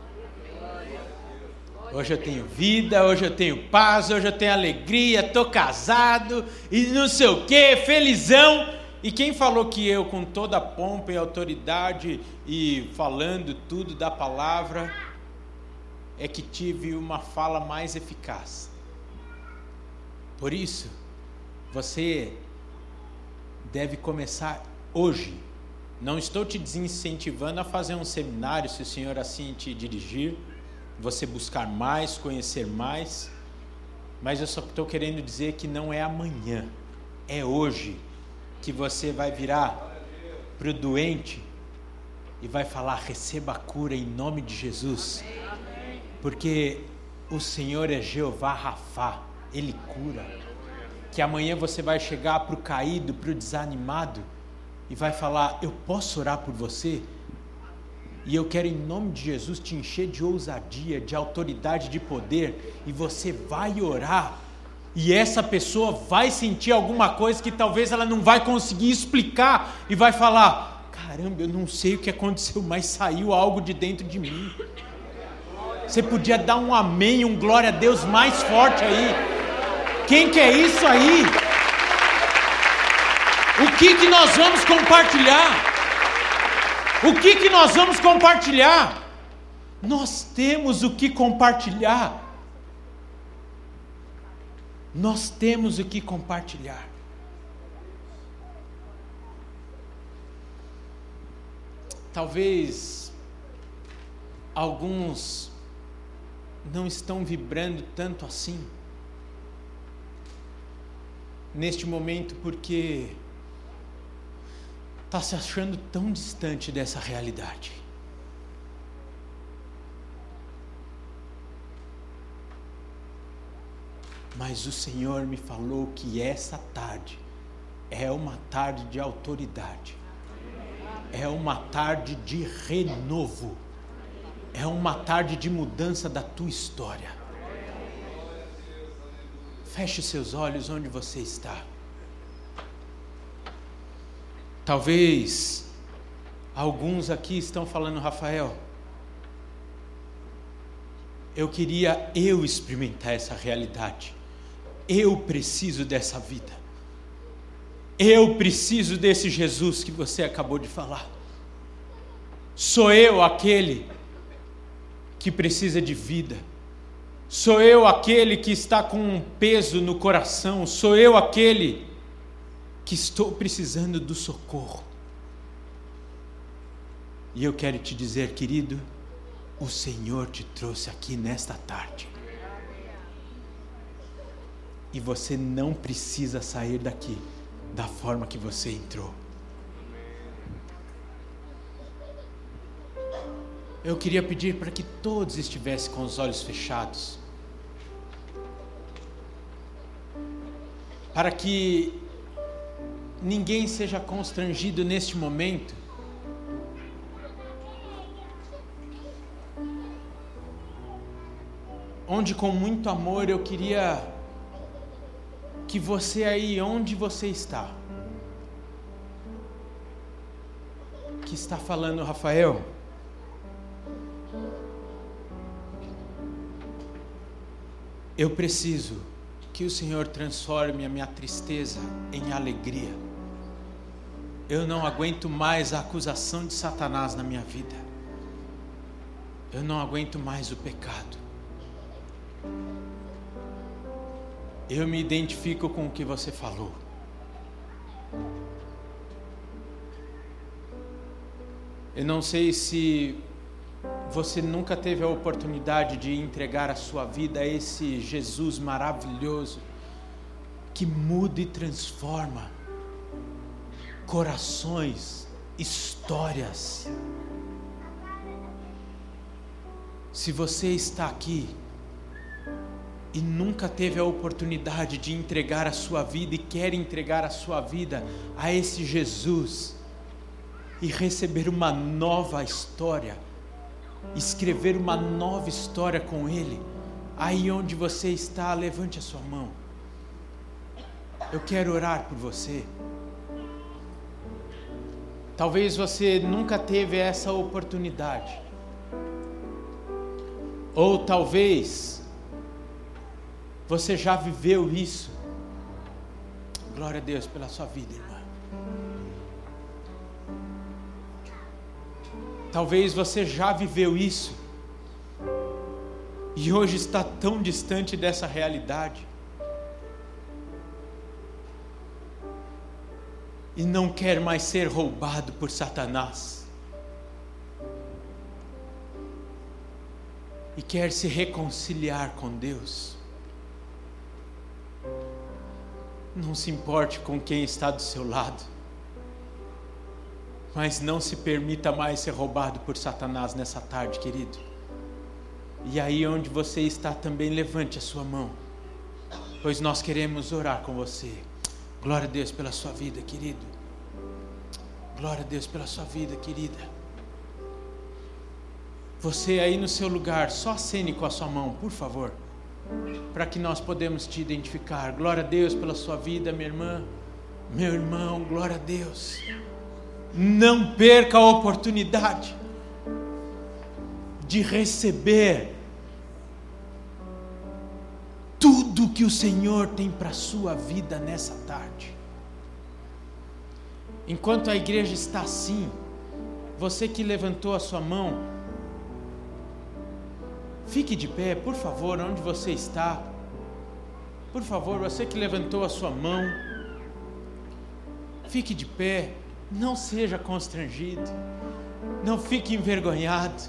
Hoje eu tenho vida, hoje eu tenho paz, hoje eu tenho alegria, estou casado e não sei o que, felizão. E quem falou que eu, com toda a pompa e autoridade e falando tudo da palavra, é que tive uma fala mais eficaz. Por isso, você deve começar hoje. Não estou te desincentivando a fazer um seminário, se o Senhor assim te dirigir, você buscar mais, conhecer mais, mas eu só estou querendo dizer que não é amanhã, é hoje, que você vai virar para o doente e vai falar: receba a cura em nome de Jesus, porque o Senhor é Jeová Rafá, Ele cura. Que amanhã você vai chegar para o caído, para o desanimado e vai falar: eu posso orar por você? E eu quero em nome de Jesus te encher de ousadia, de autoridade, de poder, e você vai orar. E essa pessoa vai sentir alguma coisa que talvez ela não vai conseguir explicar e vai falar: caramba, eu não sei o que aconteceu, mas saiu algo de dentro de mim. Você podia dar um amém, um glória a Deus mais forte aí. Quem quer isso aí? O que que nós vamos compartilhar? O que que nós vamos compartilhar? Nós temos o que compartilhar. Nós temos o que compartilhar. talvez alguns não estão vibrando tanto assim neste momento, porque está se achando tão distante dessa realidade. Mas o Senhor me falou que essa tarde é uma tarde de autoridade, é uma tarde de renovo, é uma tarde de mudança da tua história. Feche seus olhos onde você está. Talvez alguns aqui estão falando: Rafael, eu queria eu experimentar essa realidade. Eu preciso dessa vida. Eu preciso desse Jesus que você acabou de falar. Sou eu aquele que precisa de vida. Sou eu aquele que está com um peso no coração. Sou eu aquele que estou precisando do socorro. E eu quero te dizer, querido, o Senhor te trouxe aqui nesta tarde. E você não precisa sair daqui da forma que você entrou. Eu queria pedir para que todos estivessem com os olhos fechados, para que ninguém seja constrangido neste momento. Onde com muito amor eu queria que você aí, onde você está, que está falando: Rafael, eu preciso que o Senhor transforme a minha tristeza em alegria. Eu não aguento mais a acusação de Satanás na minha vida. Eu não aguento mais o pecado. Eu me identifico com o que você falou. Eu não sei se você nunca teve a oportunidade de entregar a sua vida a esse Jesus maravilhoso, que muda e transforma corações, histórias. Se você está aqui e nunca teve a oportunidade de entregar a sua vida e quer entregar a sua vida a esse Jesus e receber uma nova história, escrever uma nova história com Ele, aí onde você está, levante a sua mão. Eu quero orar por você. Talvez você nunca teve essa oportunidade, ou talvez você já viveu isso. Glória a Deus pela sua vida, irmã. Talvez você já viveu isso e hoje está tão distante dessa realidade e não quer mais ser roubado por Satanás e quer se reconciliar com Deus. Não se importe com quem está do seu lado, mas não se permita mais ser roubado por Satanás nessa tarde, querido. E aí onde você está também, levante a sua mão, pois nós queremos orar com você. Glória a Deus pela sua vida, querido. Glória a Deus pela sua vida, querida. Você aí no seu lugar, só acene com a sua mão, por favor, para que nós podemos te identificar. Glória a Deus pela sua vida, minha irmã, meu irmão, glória a Deus. Não perca a oportunidade de receber tudo que o Senhor tem para a sua vida nessa tarde. Enquanto a igreja está assim, você que levantou a sua mão, fique de pé, por favor, onde você está. Por favor, você que levantou a sua mão, fique de pé, não seja constrangido. Não fique envergonhado.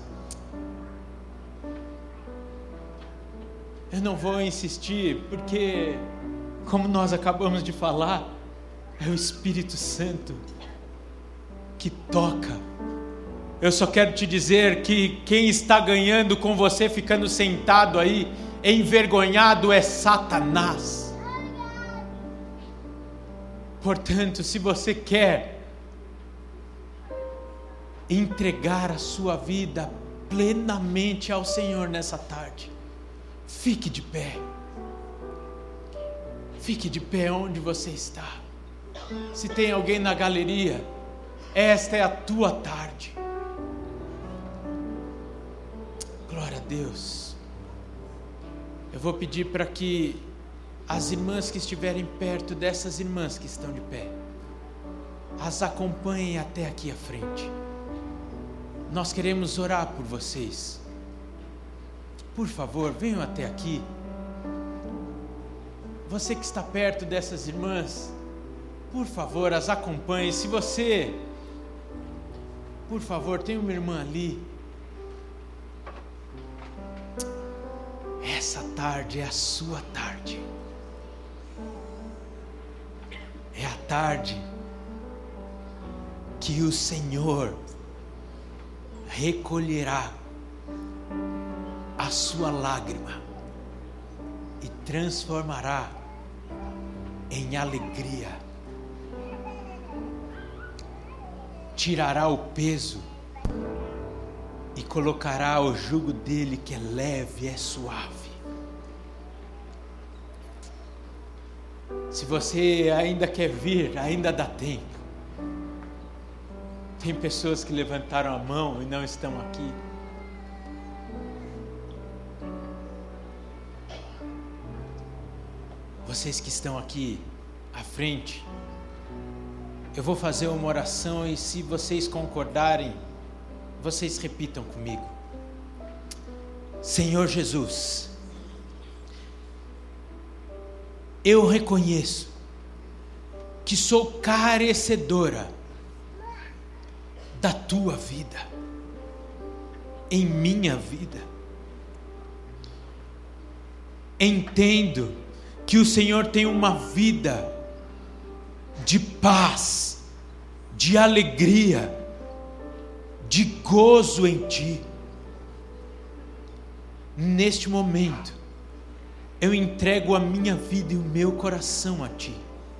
Eu não vou insistir, porque, como nós acabamos de falar, é o Espírito Santo que toca. Eu só quero te dizer que quem está ganhando com você ficando sentado aí, envergonhado, é Satanás. Portanto, se você quer entregar a sua vida plenamente ao Senhor nessa tarde, fique de pé. Fique de pé onde você está. Se tem alguém na galeria, esta é a tua tarde. Glória a Deus. Eu vou pedir para que as irmãs que estiverem perto dessas irmãs que estão de pé, as acompanhem até aqui à frente. Nós queremos orar por vocês. Por favor, venham até aqui. Você que está perto dessas irmãs, por favor, as acompanhe. Se você, por favor, tem uma irmã ali. Essa tarde é a sua tarde. É a tarde que o Senhor recolherá a sua lágrima e transformará em alegria. Tirará o peso e colocará o jugo dele, que é leve, é suave. Se você ainda quer vir, ainda dá tempo. Tem pessoas que levantaram a mão e não estão aqui. Vocês que estão aqui à frente, eu vou fazer uma oração e, se vocês concordarem, vocês repitam comigo. Senhor Jesus, eu reconheço que sou carecedora da tua vida em minha vida. Entendo que o Senhor tem uma vida de paz, de alegria, de gozo em ti. Neste momento, eu entrego a minha vida e o meu coração a ti.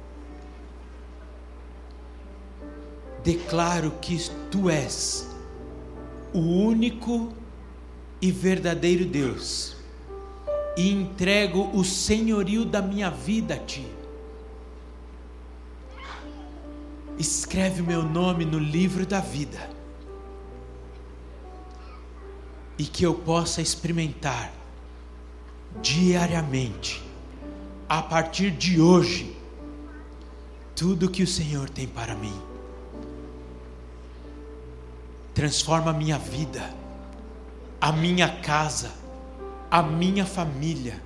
Declaro que tu és o único e verdadeiro Deus, e entrego o senhorio da minha vida a ti. Escreve meu nome no livro da vida, e que eu possa experimentar diariamente, a partir de hoje, tudo que o Senhor tem para mim. Transforma a minha vida, a minha casa, a minha família,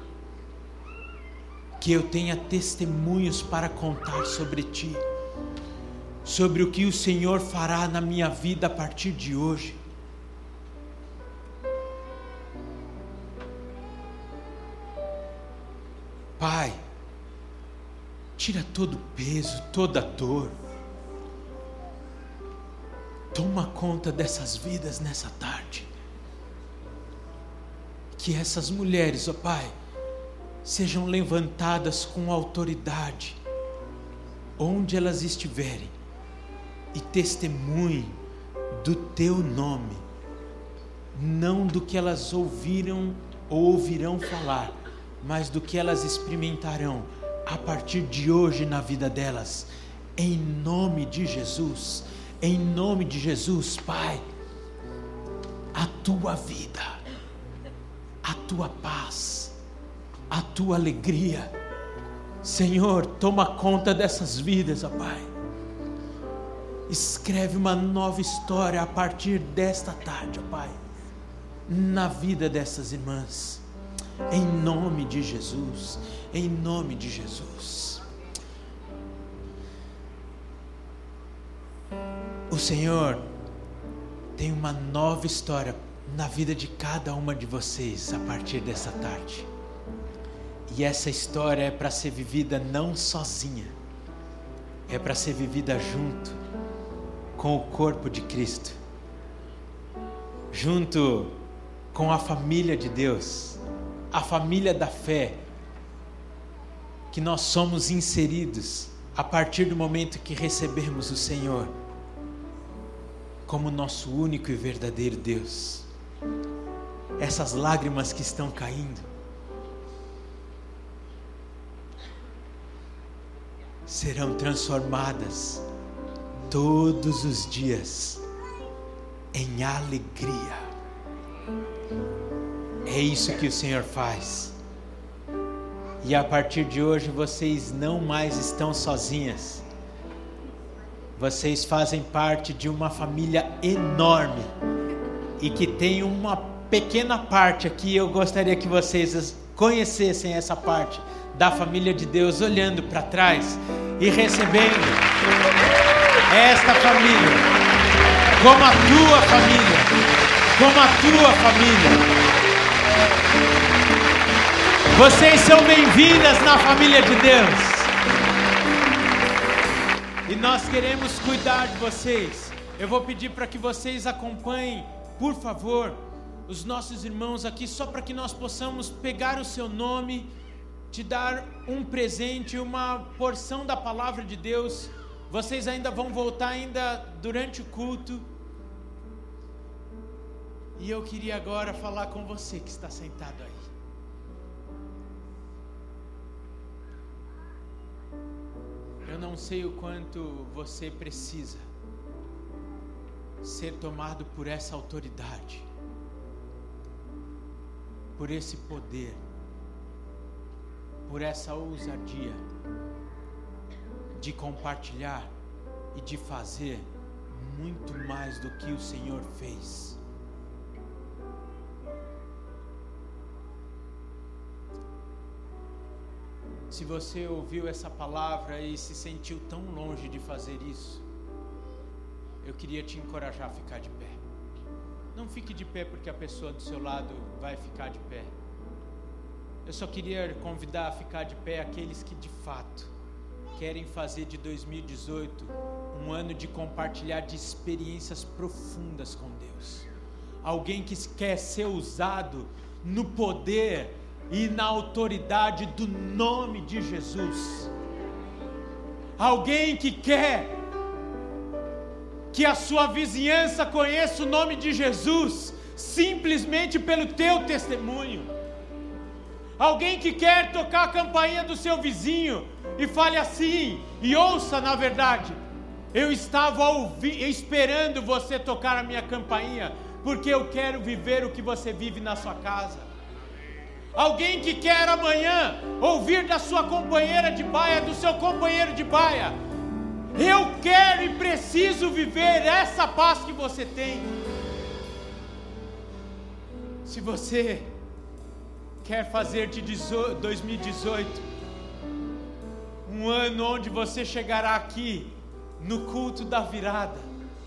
que eu tenha testemunhos para contar sobre ti, sobre o que o Senhor fará na minha vida a partir de hoje. Pai, tira todo o peso, toda a dor. Toma conta dessas vidas nessa tarde. Que essas mulheres, ó Pai, sejam levantadas com autoridade, onde elas estiverem, e testemunhem do teu nome, não do que elas ouviram ou ouvirão falar, mas do que elas experimentarão a partir de hoje na vida delas, em nome de Jesus. Em nome de Jesus, Pai, a tua vida, a tua paz, a tua alegria, Senhor, toma conta dessas vidas, ó Pai. Escreve uma nova história a partir desta tarde, ó Pai, na vida dessas irmãs, em nome de Jesus, em nome de Jesus. O Senhor tem uma nova história na vida de cada uma de vocês a partir dessa tarde. E essa história é para ser vivida não sozinha, é para ser vivida junto com o corpo de Cristo, junto com a família de Deus, a família da fé, que nós somos inseridos a partir do momento que recebemos o Senhor como nosso único e verdadeiro Deus. Essas lágrimas que estão caindo serão transformadas todos os dias em alegria. É isso que o Senhor faz. E a partir de hoje vocês não mais estão sozinhas. Vocês fazem parte de uma família enorme e que tem uma pequena parte aqui. Eu gostaria que vocês conhecessem essa parte da família de Deus, olhando para trás e recebendo esta família como a tua família, como a tua família. Vocês são bem-vindas na família de Deus. E nós queremos cuidar de vocês. Eu vou pedir para que vocês acompanhem, por favor, os nossos irmãos aqui, só para que nós possamos pegar o seu nome, te dar um presente, uma porção da palavra de Deus. Vocês ainda vão voltar ainda durante o culto. E eu queria agora falar com você que está sentado aí. Eu não sei o quanto você precisa ser tomado por essa autoridade, por esse poder, por essa ousadia de compartilhar e de fazer muito mais do que o Senhor fez. Se você ouviu essa palavra e se sentiu tão longe de fazer isso, eu queria te encorajar a ficar de pé. Não fique de pé porque a pessoa do seu lado vai ficar de pé. Eu só queria convidar a ficar de pé aqueles que de fato querem fazer de dois mil e dezoito um ano de compartilhar de experiências profundas com Deus. Alguém que quer ser usado no poder e na autoridade do nome de Jesus. Alguém que quer que a sua vizinhança conheça o nome de Jesus simplesmente pelo teu testemunho. Alguém que quer tocar a campainha do seu vizinho e fale assim, e ouça na verdade: eu estava ouvi- esperando você tocar a minha campainha, porque eu quero viver o que você vive na sua casa. Alguém que quer amanhã ouvir da sua companheira de baia, do seu companheiro de baia: eu quero e preciso viver essa paz que você tem. Se você quer fazer de dois mil e dezoito um ano onde você chegará aqui no culto da virada,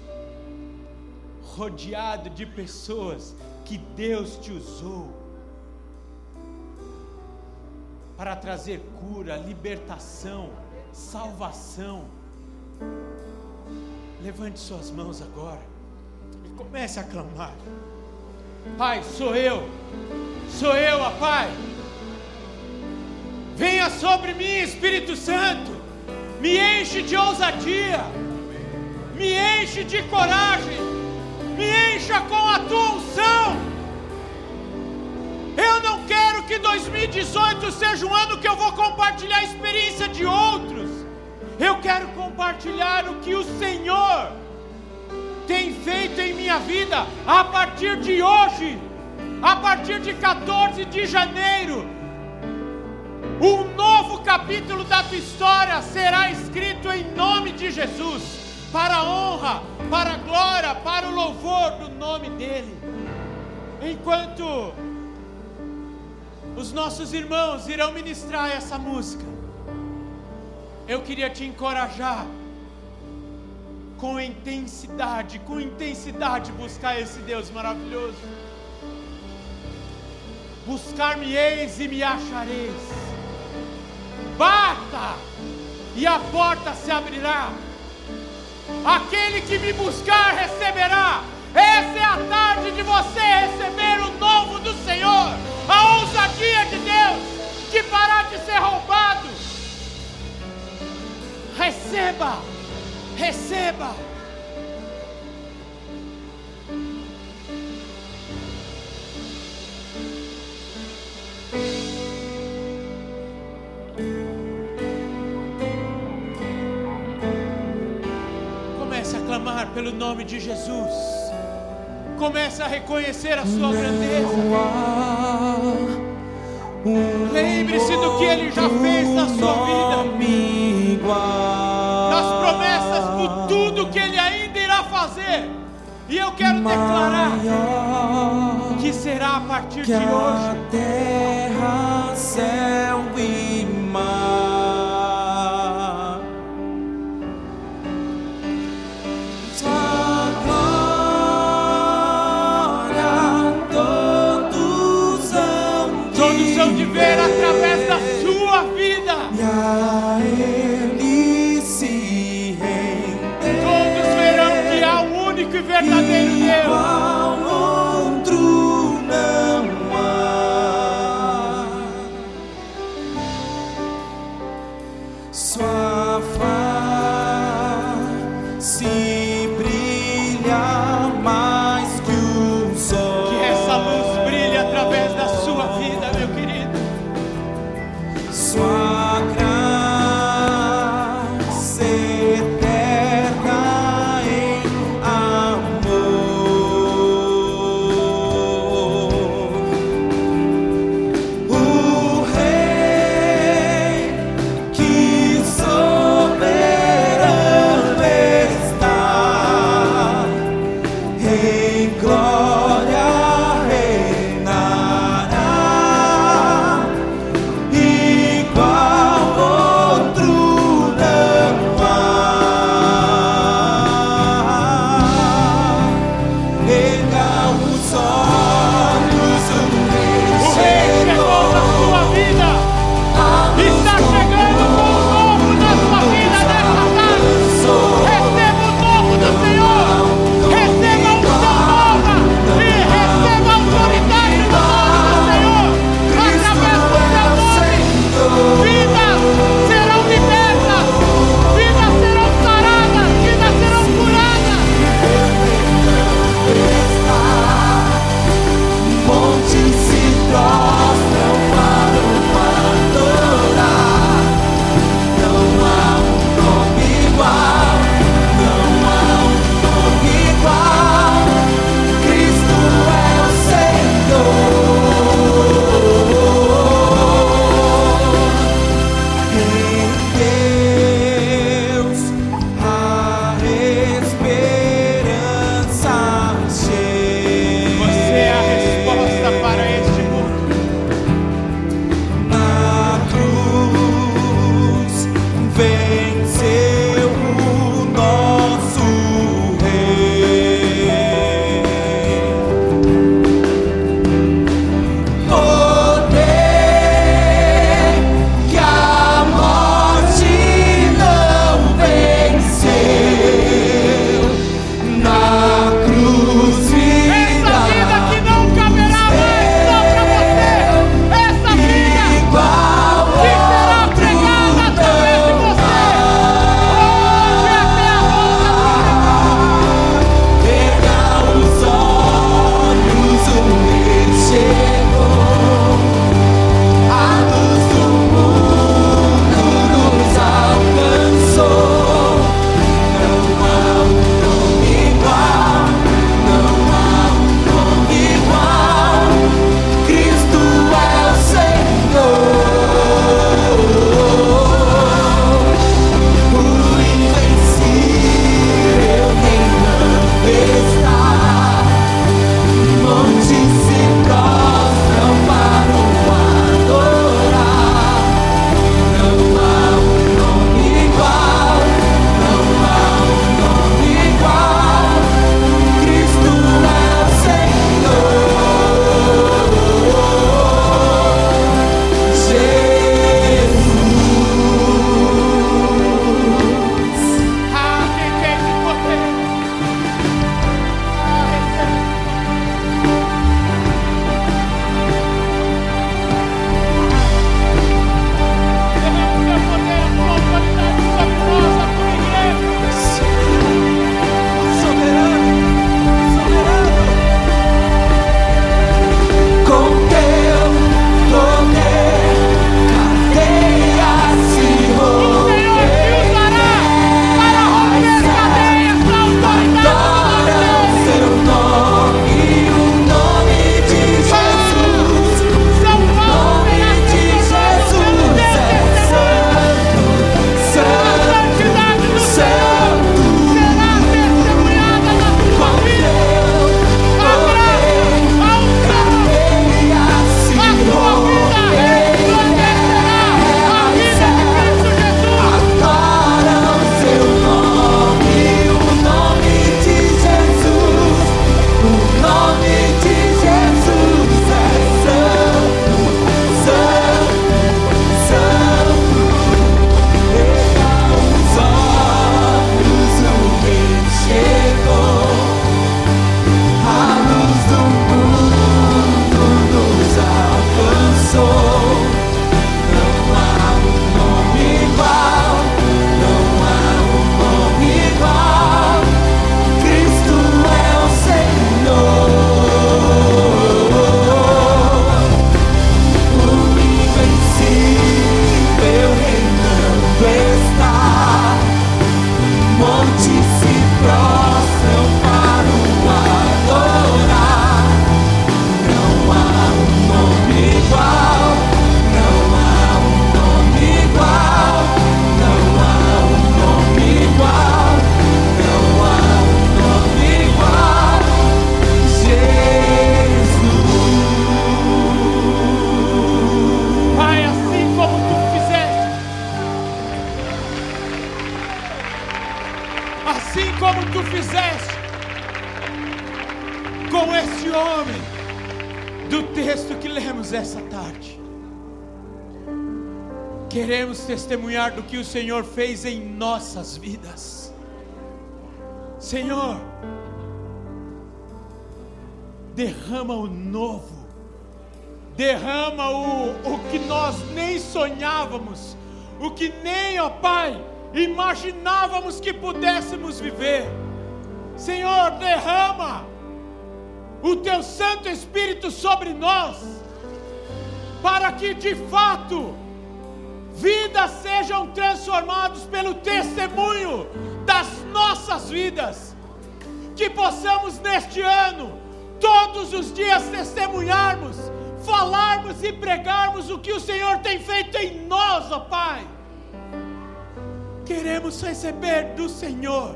rodeado de pessoas que Deus te usou para trazer cura, libertação, salvação, levante suas mãos agora e comece a clamar: Pai, sou eu, sou eu, ó Pai. Venha sobre mim, Espírito Santo, me enche de ousadia, me enche de coragem, me encha com a tua unção. Eu não quero que dois mil e dezoito seja um ano que eu vou compartilhar a experiência de outros. Eu quero compartilhar o que o Senhor tem feito em minha vida a partir de hoje, a partir de quatorze de janeiro. Um novo capítulo da tua história será escrito em nome de Jesus, para a honra, para a glória, para o louvor do nome dEle. Enquanto os nossos irmãos irão ministrar essa música, eu queria te encorajar com intensidade, com intensidade buscar esse Deus maravilhoso. Buscar-me-eis e me achareis. Bata e a porta se abrirá. Aquele que me buscar receberá. Essa é a tarde de você receber o novo do Senhor, a ousadia de Deus, de parar de ser roubado. Receba, receba. Comece a clamar pelo nome de Jesus. Comece a reconhecer a sua grandeza. Lembre-se do que Ele já fez na sua vida, das promessas, por tudo que Ele ainda irá fazer. E eu quero declarar que será a partir de hoje. Terra, céu e mar. De ver através da sua vida. E a Ele se render. Todos verão que há um único e verdadeiro Deus. Igual outro não há. Sua face brilha mais que o sol. Que essa luz brilhe através da sua vida, meu querido. Sua graça eterna em amor. O Rei que soberano está. assim como tu fizeste com esse homem do texto que lemos essa tarde. Queremos testemunhar do que o Senhor fez em nossas vidas. Senhor, derrama o novo, derrama o, o que nós nem sonhávamos, o que nem, ó Pai, imaginávamos que pudéssemos viver. Senhor, derrama o Teu Santo Espírito sobre nós, para que de fato vidas sejam transformadas pelo testemunho das nossas vidas. Que possamos neste ano, todos os dias testemunharmos, falarmos e pregarmos o que o Senhor tem feito em nós, ó Pai. Queremos receber do Senhor,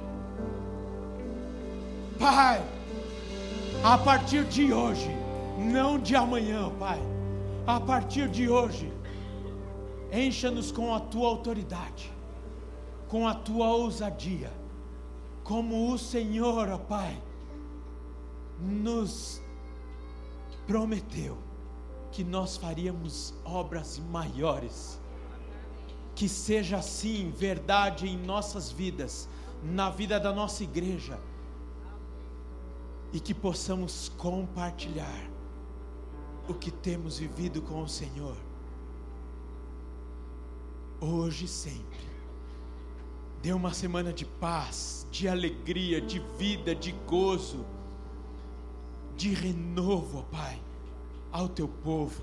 Pai, a partir de hoje, não de amanhã, Pai, a partir de hoje, encha-nos com a Tua autoridade, com a Tua ousadia, como o Senhor, ó Pai, nos prometeu que nós faríamos obras maiores. Que seja assim verdade em nossas vidas, na vida da nossa igreja, e que possamos compartilhar o que temos vivido com o Senhor, hoje e sempre. Dê uma semana de paz, de alegria, de vida, de gozo, de renovo, ó Pai, ao Teu povo.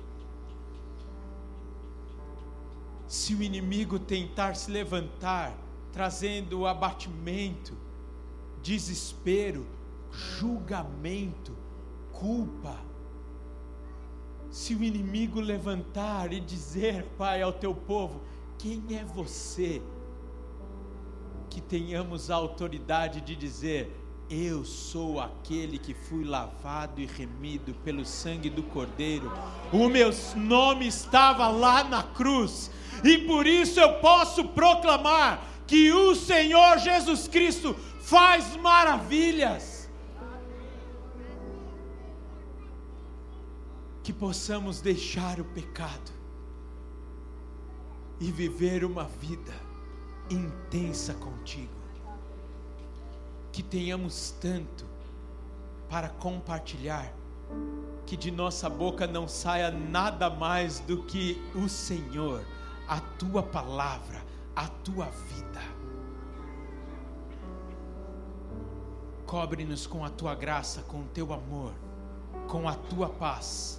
Se o inimigo tentar se levantar, trazendo abatimento, desespero, julgamento, culpa, se o inimigo levantar e dizer, Pai, ao Teu povo, quem é você? Que tenhamos a autoridade de dizer, eu sou aquele que fui lavado e remido pelo sangue do Cordeiro, o meu nome estava lá na cruz, e por isso eu posso proclamar que o Senhor Jesus Cristo faz maravilhas. Que possamos deixar o pecado e viver uma vida intensa contigo. Que tenhamos tanto para compartilhar, que de nossa boca não saia nada mais do que o Senhor, a Tua palavra, a Tua vida. Cobre-nos com a Tua graça, com o Teu amor, com a Tua paz,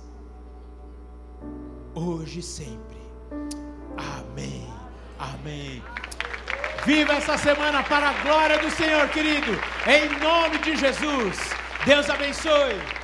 hoje e sempre. Amém, amém. Viva essa semana para a glória do Senhor, querido, em nome de Jesus. Deus abençoe.